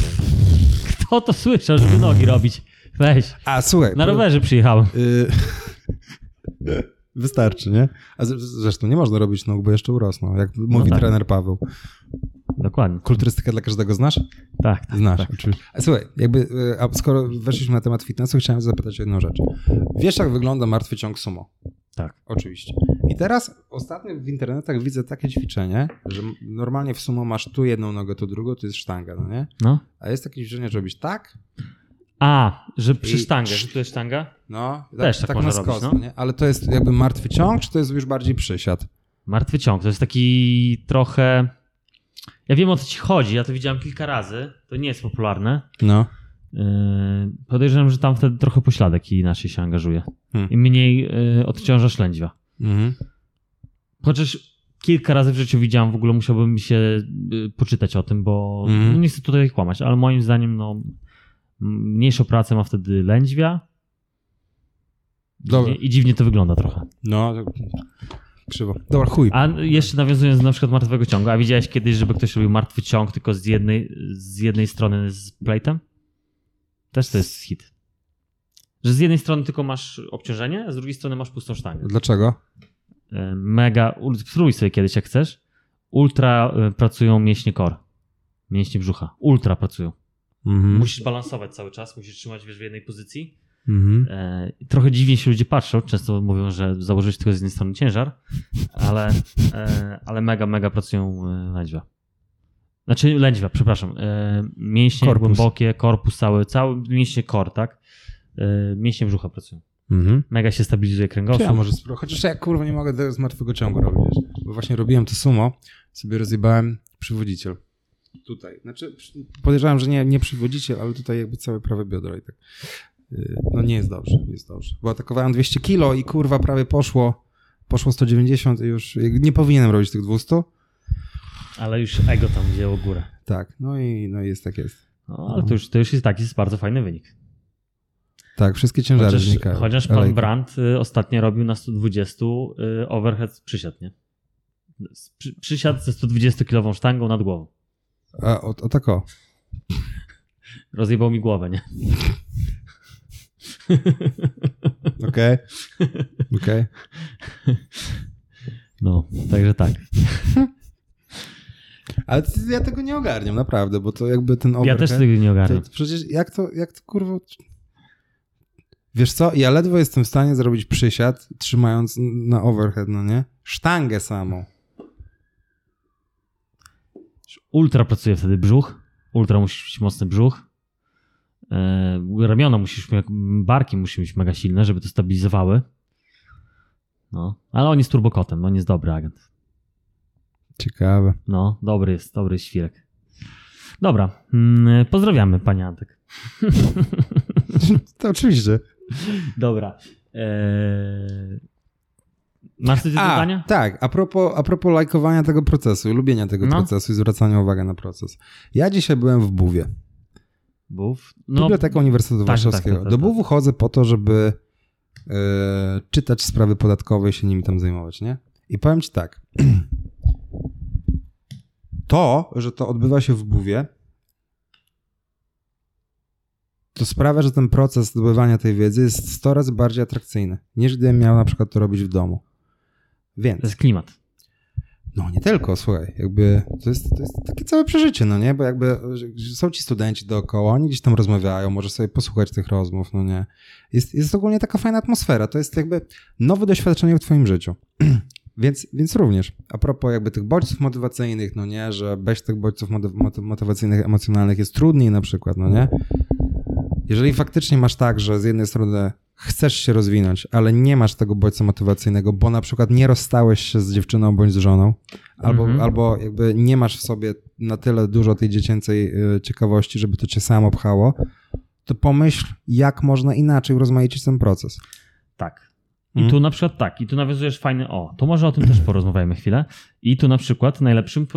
Kto to słyszał, żeby nogi robić? Weź. A słuchaj. Na rowerze przyjechałem. Yy... Wystarczy, nie? A z- zresztą nie można robić nóg, bo jeszcze urosną, jak mówi tak. trener Paweł. Dokładnie. Kulturystykę dla każdego znasz? Tak, tak. Znasz, tak. oczywiście. A słuchaj, jakby, yy, a skoro weszliśmy na temat fitnessu, chciałem zapytać o jedną rzecz. Wiesz, jak wygląda martwy ciąg sumo? Tak. Oczywiście. I teraz ostatnio w internetach widzę takie ćwiczenie, że normalnie w sumo masz tu jedną nogę, tu drugą, to jest sztanga, no nie? No. A jest takie ćwiczenie, że robisz tak, A, że przy I- sztangę, że tu jest sztanga? no, Też tak można na robić, skos, no. nie? Ale to jest jakby martwy ciąg, czy to jest już bardziej przysiad? Martwy ciąg, to jest taki trochę... Ja wiem o co ci chodzi, ja to widziałem kilka razy, to nie jest popularne. No. Yy, podejrzewam, że tam wtedy trochę pośladek inaczej się angażuje. Hmm. I mniej yy, odciążasz lędźwia. Mhm. Chociaż kilka razy w życiu widziałem, w ogóle musiałbym się y, poczytać o tym, bo Mhm. no nie chcę tutaj kłamać, ale moim zdaniem no, m- mniejszą pracę ma wtedy lędźwia. Dobra. I, I dziwnie to wygląda trochę. No, to... krzywo. Dobra, chuj. A jeszcze nawiązując do na przykład martwego ciągu, a widziałeś kiedyś, żeby ktoś robił martwy ciąg tylko z jednej, z jednej strony z plate'em? Też to jest hit. Że z jednej strony tylko masz obciążenie, a z drugiej strony masz pustą sztangę. Dlaczego? E, Mega, ul- spróbuj sobie kiedyś jak chcesz. Ultra e, pracują mięśnie core. Mięśnie brzucha. Ultra pracują. Mhm. Musisz balansować cały czas, musisz trzymać wiesz, w jednej pozycji. Mhm. E, trochę dziwnie się ludzie patrzą, często mówią, że założyłeś tylko z jednej strony ciężar, ale, e, ale mega, mega pracują e, lędźwia. Znaczy lędźwia, przepraszam. E, mięśnie Korpus. głębokie, korpus cały, cały mięśnie core, tak? E, mięśnie brzucha pracują. Mhm. Mega się stabilizuje kręgosłup. Ja może spróbuję. Chociaż ja kurwa nie mogę tego z martwego ciągu robić, wiesz? Bo właśnie robiłem to sumo, sobie rozjebałem przywodziciel. Tutaj. Znaczy przy- podejrzewam, że nie, nie przywodziciel, ale tutaj jakby całe prawe biodro i tak. Yy, No nie jest dobrze, nie jest dobrze. Bo atakowałem dwieście kilo i kurwa prawie poszło, poszło sto dziewięćdziesiąt i już nie powinienem robić tych dwieście. Ale już ego tam wzięło górę. Tak, no i, no i jest tak jest. No, ale to już, to już jest taki jest bardzo fajny wynik. Tak, wszystkie ciężary Chociaż, znikają. chociaż pan Alejka. Brandt y, ostatnio robił na sto dwadzieścia y, overhead przysiad, nie? Z- Przy, przysiad ze sto dwudziestokilową sztangą nad głową. A, o, o tak o. Rozjebał mi głowę, nie? Okej. Okej. No, także tak. Ale t- ja tego nie ogarniam, naprawdę, bo to jakby ten Ja overhead... też tego nie ogarniam. To, to przecież jak to, jak to kurwa... Wiesz co, ja ledwo jestem w stanie zrobić przysiad, trzymając na overhead, no nie? Sztangę samą. Ultra pracuje wtedy brzuch. Ultra musisz mieć mocny brzuch. E, ramiona musisz mieć, barki musi mieć mega silne, żeby to stabilizowały. No, ale on jest turbokotem, on jest dobry agent. Ciekawe. No, dobry jest, dobry jest świrek. Dobra, mm, pozdrawiamy panie Antek. To oczywiście. Dobra. Eee... Masz coś do A, dodania? tak, a propos, a propos lajkowania tego procesu i lubienia tego No. procesu i zwracania uwagi na proces. Ja dzisiaj byłem w Buwie. Bów. No, Biblioteka Uniwersytetu tak, Warszawskiego. tak, tak, tak, Do tak. Buwu chodzę po to, żeby e, czytać sprawy podatkowe i się nimi tam zajmować, nie? I powiem ci tak. To, że to odbywa się w Buwie, to sprawia, że ten proces zdobywania tej wiedzy jest sto razy bardziej atrakcyjny, niż gdybym miał na przykład to robić w domu. Więc... To jest klimat. No nie tylko, słuchaj, jakby to jest, to jest takie całe przeżycie, no nie, bo jakby są ci studenci dookoła, oni gdzieś tam rozmawiają, możesz sobie posłuchać tych rozmów, no nie. Jest, jest ogólnie taka fajna atmosfera, to jest jakby nowe doświadczenie w twoim życiu. Więc, więc również, a propos jakby tych bodźców motywacyjnych, no nie, że bez tych bodźców moty- motywacyjnych, emocjonalnych jest trudniej na przykład, no nie. Jeżeli faktycznie masz tak, że z jednej strony chcesz się rozwinąć, ale nie masz tego bodźca motywacyjnego, bo na przykład nie rozstałeś się z dziewczyną bądź z żoną, albo, mhm. albo jakby nie masz w sobie na tyle dużo tej dziecięcej ciekawości, żeby to cię samo pchało, to pomyśl, jak można inaczej urozmaicić ten proces. Tak. I hmm. tu na przykład tak, i tu nawiązujesz fajny, o, to może o tym też porozmawiajmy chwilę. I tu na przykład najlepszym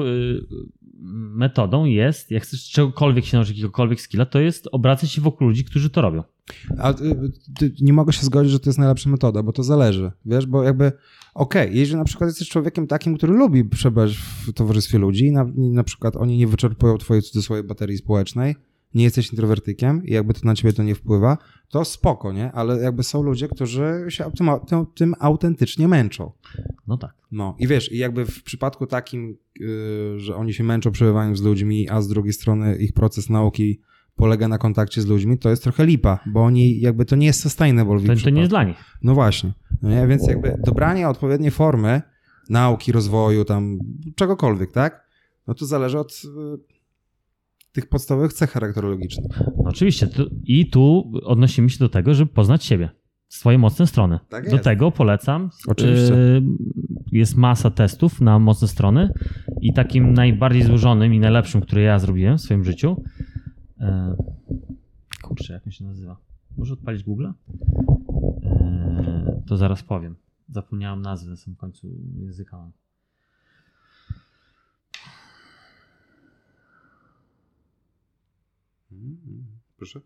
metodą jest, jak chcesz czegokolwiek się nauczyć, jakiegokolwiek skilla, to jest obracać się wokół ludzi, którzy to robią. A ty, nie mogę się zgodzić, że to jest najlepsza metoda, bo to zależy, wiesz, bo jakby okej, okay, jeżeli na przykład jesteś człowiekiem takim, który lubi przebywać w towarzystwie ludzi i na, i na przykład oni nie wyczerpują twojej cudzysłowie baterii społecznej, nie jesteś introwertykiem i jakby to na ciebie to nie wpływa, to spoko, nie? Ale jakby są ludzie, którzy się tym, tym, tym autentycznie męczą. No tak. No i wiesz, i jakby w przypadku takim, yy, że oni się męczą przebywając z ludźmi, a z drugiej strony ich proces nauki polega na kontakcie z ludźmi, to jest trochę lipa, bo oni jakby to nie jest sustainable w ich to, to nie jest dla nich. No właśnie. No nie? Więc jakby dobranie odpowiedniej formy nauki, rozwoju, tam czegokolwiek, tak? No to zależy od yy, tych podstawowych cech charakterologicznych. No oczywiście. Tu, I tu odnosimy się do tego, żeby poznać siebie, swoje mocne strony. Tak do jest. tego polecam. Oczywiście. Y, jest masa testów na mocne strony i takim najbardziej złożonym i najlepszym, który ja zrobiłem w swoim życiu. Y, kurczę, jak on się nazywa? Może odpalić Google'a? Y, to zaraz powiem. Zapomniałem nazwy na samym końcu języka mam. Proszę.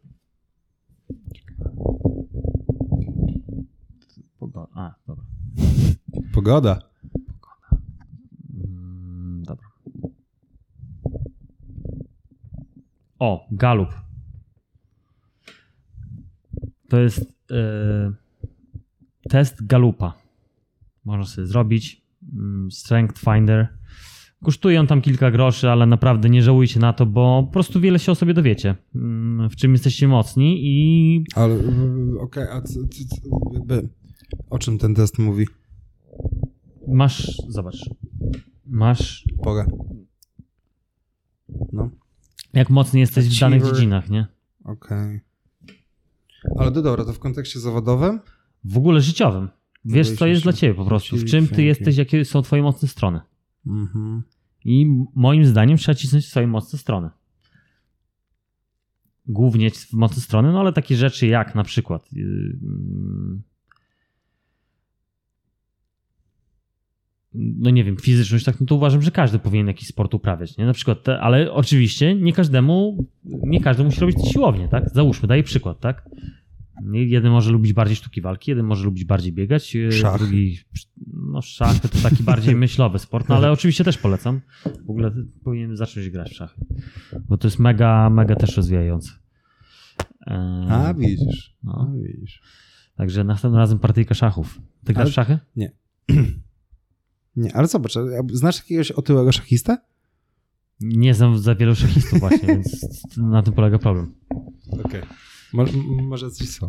Pogoda. A, dobra. Pogoda. Pogoda. Mm, dobra. O, Gallup. To jest yy, test Gallupa. Można sobie zrobić. Strength Finder. Kosztuje on tam kilka groszy, ale naprawdę nie żałujcie na to, bo po prostu wiele się o sobie dowiecie, w czym jesteście mocni i... Ale okej, okay, a c, c, c, jakby, o czym ten test mówi? Masz, zobacz, masz... Poga. No. Jak mocny jesteś Achiever. W danych dziedzinach, nie? Okej. Okay. Ale to dobra, to w kontekście zawodowym? W ogóle życiowym. Wiesz, co jest dla ciebie po prostu, w czym ty jesteś, jakie są twoje mocne strony. Mhm. I moim zdaniem trzeba cisnąć swoje mocne strony. Głównie w mocne strony, no ale takie rzeczy jak na przykład yy, no nie wiem, fizyczność, tak, no to uważam, że każdy powinien jakiś sport uprawiać, nie? Na przykład, te, ale oczywiście nie każdemu, nie każdy musi robić siłownię, tak? Załóżmy, daję przykład, tak? Jeden może lubić bardziej sztuki walki, jeden może lubić bardziej biegać, szach. drugi, no szach to taki bardziej myślowy sport, no ale oczywiście też polecam. W ogóle powinien zacząć grać w szachy, bo to jest mega, mega też rozwijające. Eee, A widzisz, no. A, widzisz. Także następnym razem partyjka szachów. Ty grasz w szachy? Nie. Nie, ale zobacz, znasz jakiegoś otyłego szachistę? Nie znam za wielu szachistów właśnie, więc na tym polega problem. Okej. Okay. Może, może coś są.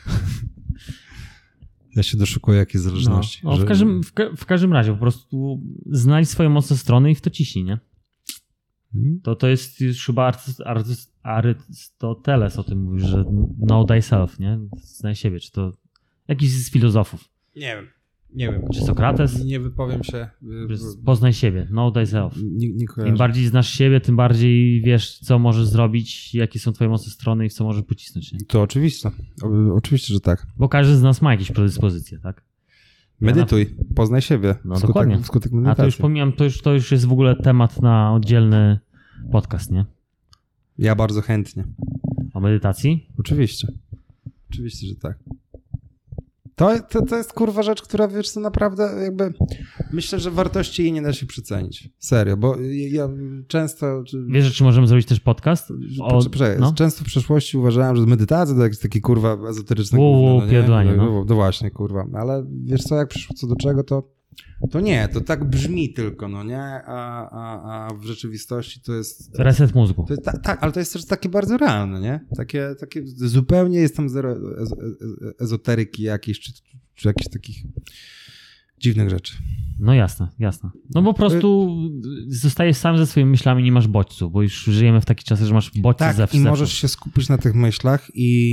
Ja się doszukuję jakiejś zależności. No, no, że... w, każdym, w, ka- w każdym razie po prostu znajdź swoje mocne strony i w to ciśnij, nie? Hmm? To, to jest już chyba Arystoteles o tym mówi, że know thyself, nie? Znaj siebie. Czy to jakiś z filozofów? Nie wiem. Nie wiem. Czy Sokrates? Nie wypowiem się. Poznaj siebie, know thyself. Nie, nie Im bardziej znasz siebie, tym bardziej wiesz, co możesz zrobić, jakie są twoje mocne strony i w co możesz pocisnąć. Nie? To oczywiste. O, oczywiście, że tak. Bo każdy z nas ma jakieś predyspozycje, tak? Medytuj, ja na... poznaj siebie. No wskutek, dokładnie. Wskutek medytacji. A to już pomijam, to już, to już jest w ogóle temat na oddzielny podcast, nie? Ja bardzo chętnie. O medytacji? Oczywiście. Oczywiście, że tak. To, to, to jest kurwa rzecz, która wiesz co naprawdę jakby Myślę, że wartości jej nie da się przecenić. Serio, bo ja często... Wiesz, czy możemy zrobić też podcast? O... Poczekaj, no? Często w przeszłości uważałem, że medytacja to jakiś taki kurwa ezoteryczny Uuu, gówno, no, pierdolenie, no, no. no właśnie, kurwa. Ale wiesz co, jak przyszło co do czego, to, to nie, to tak brzmi tylko, no nie? A, a, a w rzeczywistości to jest... Reset mózgu. To jest ta, tak, ale to jest też takie bardzo realne, nie? Takie, takie zupełnie jest tam zero ez, ezoteryki jakiejś, czy, czy jakichś takich dziwnych rzeczy. No jasne, jasne. No po prostu zostajesz sam ze swoimi myślami, nie masz bodźców, bo już żyjemy w takich czasach, że masz bodźce tak, zawsze. i możesz się skupić na tych myślach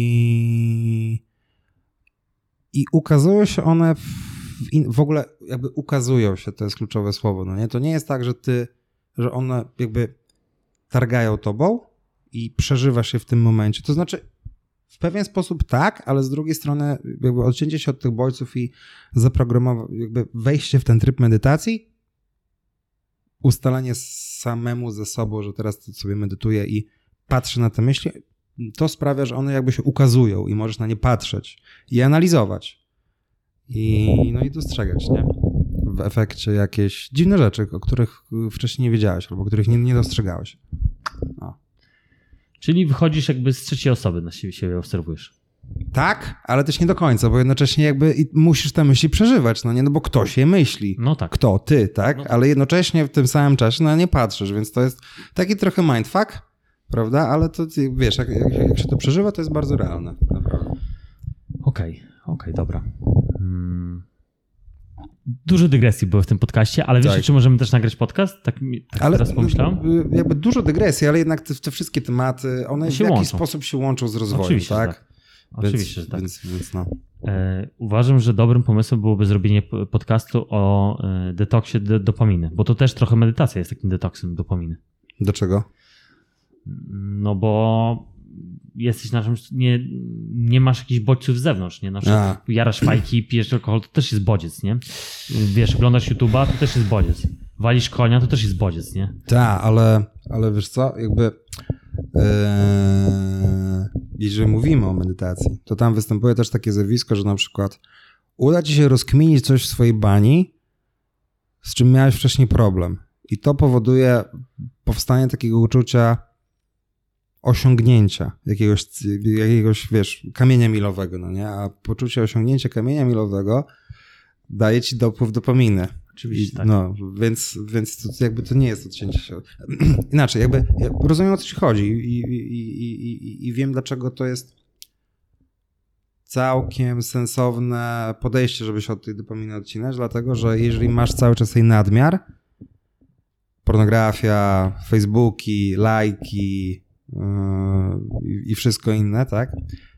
i i ukazują się one w, in, w ogóle jakby ukazują się, to jest kluczowe słowo, no nie? To nie jest tak, że ty, że one jakby targają tobą i przeżywasz je w tym momencie. To znaczy w pewien sposób tak, ale z drugiej strony jakby odcięcie się od tych bodźców i zaprogramowanie, jakby wejście w ten tryb medytacji, ustalenie samemu ze sobą, że teraz sobie medytuję i patrzę na te myśli, to sprawia, że one jakby się ukazują i możesz na nie patrzeć i analizować. I, no i dostrzegać, nie? W efekcie jakieś dziwne rzeczy, o których wcześniej nie wiedziałeś albo których nie, nie dostrzegałeś. No. Czyli wychodzisz jakby z trzeciej osoby na siebie, siebie obserwujesz. Tak, ale też nie do końca, bo jednocześnie jakby musisz te myśli przeżywać, no nie, no bo ktoś je myśli. No tak. Kto? Ty, tak? No tak. Ale jednocześnie w tym samym czasie na nie patrzysz, więc to jest taki trochę mindfuck, prawda? Ale to wiesz, jak, jak, jak się to przeżywa, to jest bardzo realne, naprawdę. Okej, okay, okej, okay, dobra. Hmm. Dużo dygresji było w tym podcaście, ale wiesz, tak. czy możemy też nagrać podcast? Tak, tak ale teraz pomyślałem. Jakby dużo dygresji, ale jednak te, te wszystkie tematy, one się w jakiś łączą. sposób się łączą z rozwojem, Oczywiście, tak? że tak. Oczywiście, więc, że tak. Więc, więc no. E, uważam, że dobrym pomysłem byłoby zrobienie podcastu o e, detoksie do, dopaminy, bo to też trochę medytacja jest takim detoksem dopaminy. Dlaczego? No bo jesteś na czymś, nie, nie masz jakichś bodźców z zewnątrz, nie? Na przykład A. jarasz fajki, pijesz alkohol, to też jest bodziec, nie? Wiesz, oglądasz YouTube'a, to też jest bodziec. Walisz konia, to też jest bodziec, nie? Tak, ale, ale wiesz co, jakby e, jeżeli mówimy o medytacji, to tam występuje też takie zjawisko, że na przykład uda ci się rozkminić coś w swojej bani, z czym miałeś wcześniej problem. I to powoduje powstanie takiego uczucia osiągnięcia jakiegoś, jakiegoś, wiesz, kamienia milowego, no nie? A poczucie osiągnięcia kamienia milowego daje ci dopływ dopaminy. Oczywiście, I, tak. No, więc, więc to jakby to nie jest odcięcie się. Inaczej, jakby ja rozumiem, o co ci chodzi i, i, i, i, i wiem, dlaczego to jest całkiem sensowne podejście, żeby się od tej dopaminy odcinać, dlatego, że jeżeli masz cały czas jej nadmiar, pornografia, Facebooki, lajki yy, i wszystko inne, tak,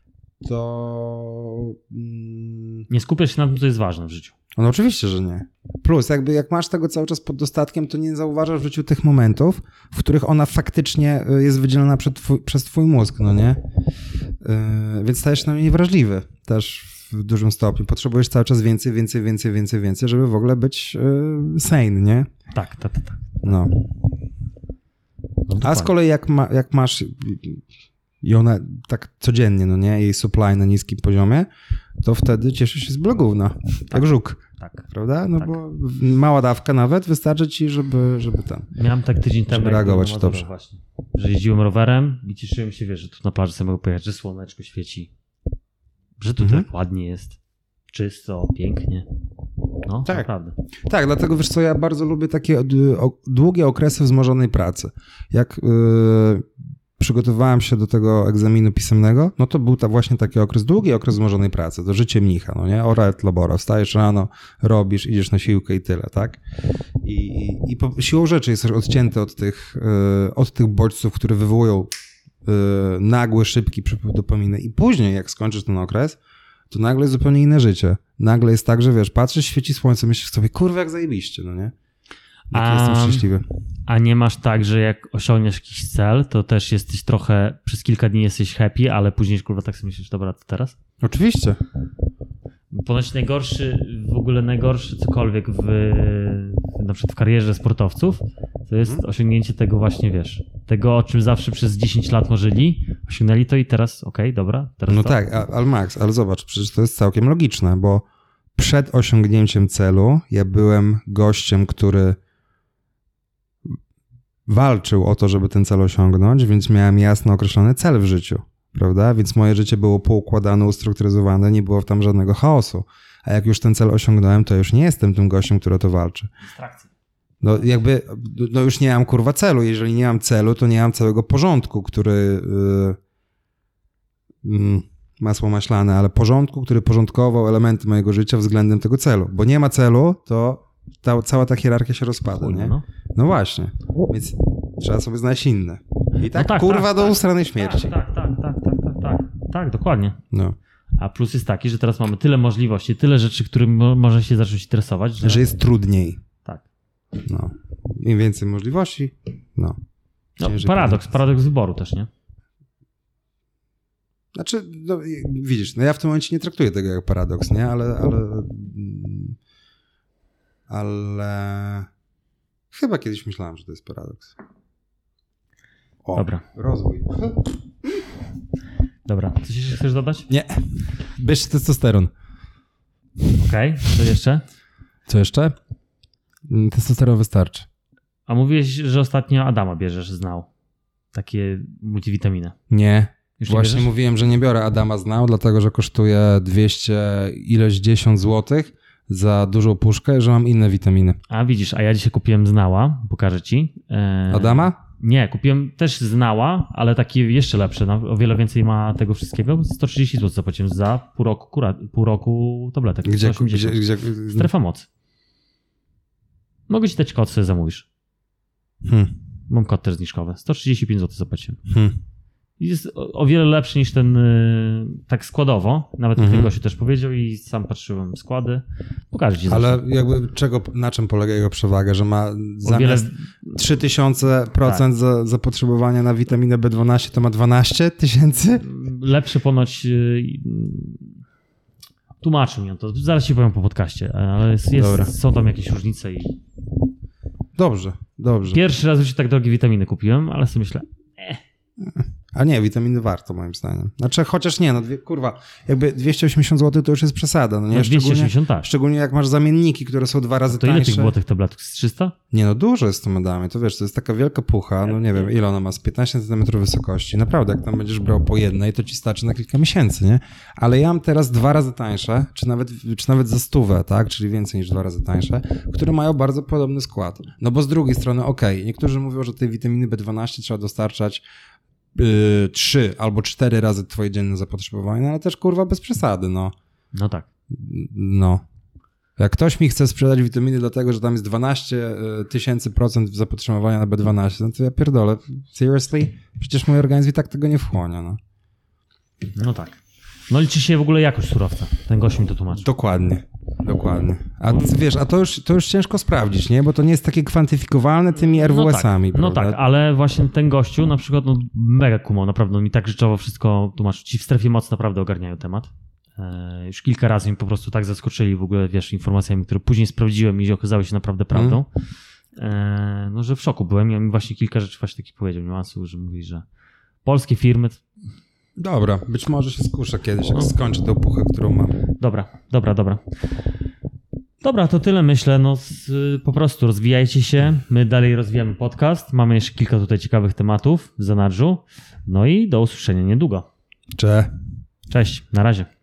to... Mm, nie skupiasz się na tym, co jest ważne w życiu. no oczywiście, że nie. Plus, jakby jak masz tego cały czas pod dostatkiem, to nie zauważasz w życiu tych momentów, w których ona faktycznie jest wydzielona przed twój, przez twój mózg, no nie? Yy, więc stajesz się na mnie wrażliwy też w dużym stopniu. Potrzebujesz cały czas więcej, więcej, więcej, więcej, więcej, żeby w ogóle być yy, sane, nie? Tak, tak, tak. tak. No. No, A z kolei jak, ma, jak masz i ona tak codziennie, no nie, jej supply na niskim poziomie, to wtedy cieszy się z blogówna, tak. Jak żuk, tak. prawda? No tak. bo mała dawka nawet wystarczy ci, żeby, żeby ten... Miałem tak tydzień temu, żeby reagować jak dobrze. Właśnie, że jeździłem rowerem i cieszyłem się, wiesz, że tu na plaży sobie mogę pojechać, że słoneczko świeci, że tu Mhm. tak ładnie jest, czysto, pięknie. No, Tak. naprawdę. Tak, dlatego wiesz co, ja bardzo lubię takie d- o, długie okresy wzmożonej pracy. Jak yy, przygotowywałem się do tego egzaminu pisemnego, no to był ta właśnie taki okres, długi okres wzmożonej pracy, to życie mnicha, no nie? Ora et labora, wstajesz rano, robisz, idziesz na siłkę i tyle, tak? I, i po, siłą rzeczy jesteś odcięty od tych, yy, od tych bodźców, które wywołują yy, nagły, szybki przepływ dopaminy i później, jak skończysz ten okres, to nagle jest zupełnie inne życie. Nagle jest tak, że wiesz, patrzysz, świeci słońce, myślisz sobie, kurwa, jak zajebiście, no nie? Jak A, jestem szczęśliwy. A nie masz tak, że jak osiągniesz jakiś cel, to też jesteś trochę, przez kilka dni jesteś happy, ale później kurwa tak sobie myślisz, dobra, to teraz? Oczywiście. Ponoć najgorszy, w ogóle najgorszy cokolwiek w, na przykład w karierze sportowców, to jest Mhm. osiągnięcie tego właśnie, wiesz, tego, o czym zawsze przez dziesięć lat marzyli, osiągnęli to i teraz, okej, okay, dobra, teraz No to. tak, a- ale Max, ale zobacz, przecież to jest całkiem logiczne, bo przed osiągnięciem celu ja byłem gościem, który walczył o to, żeby ten cel osiągnąć, więc miałem jasno określony cel w życiu, prawda? Więc moje życie było poukładane, ustrukturyzowane, nie było tam żadnego chaosu. A jak już ten cel osiągnąłem, to już nie jestem tym gościem, który o to walczy. Dystrakcja. No jakby, no już nie mam kurwa celu. Jeżeli nie mam celu, to nie mam całego porządku, który yy, yy, masło maślane, ale porządku, który porządkował elementy mojego życia względem tego celu. Bo nie ma celu, to ta, cała ta hierarchia się rozpada, nie? No. no właśnie. Więc trzeba sobie znaleźć inne. I tak, no tak kurwa tak, do tak, ustranej śmierci. Tak, tak, tak, tak, tak, tak, tak, tak, dokładnie. No. A plus jest taki, że teraz mamy tyle możliwości, tyle rzeczy, którym mo- może się zacząć interesować, że... Że jest trudniej. Tak. No. Im więcej możliwości, no. No, Ciężej paradoks, podjąć. paradoks wyboru też, nie? Znaczy, no, widzisz, no ja w tym momencie nie traktuję tego jak paradoks, nie? Ale, ale, ale chyba kiedyś myślałem, że to jest paradoks. O, Dobra. Rozwój. Dobra, coś jeszcze chcesz dodać? Nie. Bierz testosteron. Okej, okay. Co jeszcze? Co jeszcze? Testosteron wystarczy. A mówiłeś, że ostatnio Adama bierzesz, znał. Takie multivitaminy. Nie. Już nie Właśnie bierzesz? mówiłem, że nie biorę Adama Znał, dlatego że kosztuje dwieście ileś dziesiąt złotych za dużą puszkę, że mam inne witaminy. A widzisz, a ja dzisiaj kupiłem znała, pokażę ci. E... Adama? Nie, kupiłem też znała, ale takie jeszcze lepsze, no, o wiele więcej ma tego wszystkiego. sto trzydzieści złotych zapłaciłem za pół roku, kura, pół roku tabletek. Gdzie, sto osiemdziesiąt. gdzie, gdzie? Strefa mocy. Mogę ci dać kod, sobie zamówisz. Hmm. Mam kod też zniżkowy. sto trzydzieści pięć złotych zapłaciłem. Hmm. Jest o, o wiele lepszy niż ten y, tak składowo. Nawet Mhm. ten gościu też powiedział i sam patrzyłem składy. Pokażę ci Ale zresztą. jakby czego, na czym polega jego przewaga, że ma O zamiast wiele... trzy tysiące procent Tak. za, zapotrzebowania na witaminę B dwanaście, to ma dwanaście tysięcy? Lepszy ponoć... y, Tłumaczył mi on to. Zaraz ci powiem po podcaście, ale jest, Dobra. jest, są tam jakieś różnice i Dobrze, dobrze. pierwszy raz w życiu tak drogie witaminy kupiłem, ale sobie myślę, A nie, witaminy warto moim zdaniem. Znaczy, chociaż nie, no dwie, kurwa, jakby dwieście osiemdziesiąt złotych to już jest przesada. No nie? no dwieście Szczególnie, osiemdziesiąt tak. szczególnie jak masz zamienniki, które są dwa razy To ile tańsze. tych było tych tabletek? Z trzysta? Nie no, dużo jest to medami. To wiesz, to jest taka wielka pucha, no nie wiem, ile ona ma, z piętnaście centymetrów wysokości. Naprawdę, jak tam będziesz brał po jednej, to ci starczy na kilka miesięcy, nie? Ale ja mam teraz dwa razy tańsze, czy nawet, czy nawet za stówę, tak? Czyli więcej niż dwa razy tańsze, które mają bardzo podobny skład. No bo z drugiej strony, okej, niektórzy mówią, że tej witaminy B dwanaście trzeba dostarczać Yy, trzy albo cztery razy twoje dzienne zapotrzebowanie, no ale też kurwa bez przesady, no. No tak. No. Jak ktoś mi chce sprzedać witaminy dlatego, że tam jest dwanaście tysięcy procent zapotrzebowania na B dwanaście, no to ja pierdolę. Seriously? Przecież mój organizm i tak tego nie wchłonie, no. No tak. No liczy się w ogóle jakość surowca. Ten gość mi to tłumaczy. Dokładnie. Dokładnie. A ty, wiesz, a to już, to już ciężko sprawdzić, nie? Bo to nie jest takie kwantyfikowalne tymi R W S-ami, No tak, no prawda? tak, ale właśnie ten gościu na przykład no, mega kumał, naprawdę on mi tak rzeczowo wszystko tłumaczy. Ci w strefie mocy naprawdę ogarniają temat. E, już kilka razy mi po prostu tak zaskoczyli w ogóle, wiesz, informacjami, które później sprawdziłem i okazały się naprawdę prawdą. E, no, że w szoku byłem i on mi właśnie kilka rzeczy właśnie takich powiedział, niuansów, że mówi, że polskie firmy... Dobra, być może się skuszę kiedyś, jak skończę tę puchę, którą mam. Dobra, dobra, dobra. Dobra, to tyle myślę. No, z, po prostu rozwijajcie się. My dalej rozwijamy podcast. Mamy jeszcze kilka tutaj ciekawych tematów w zanadrzu. No i do usłyszenia niedługo. Cze. Cześć, na razie.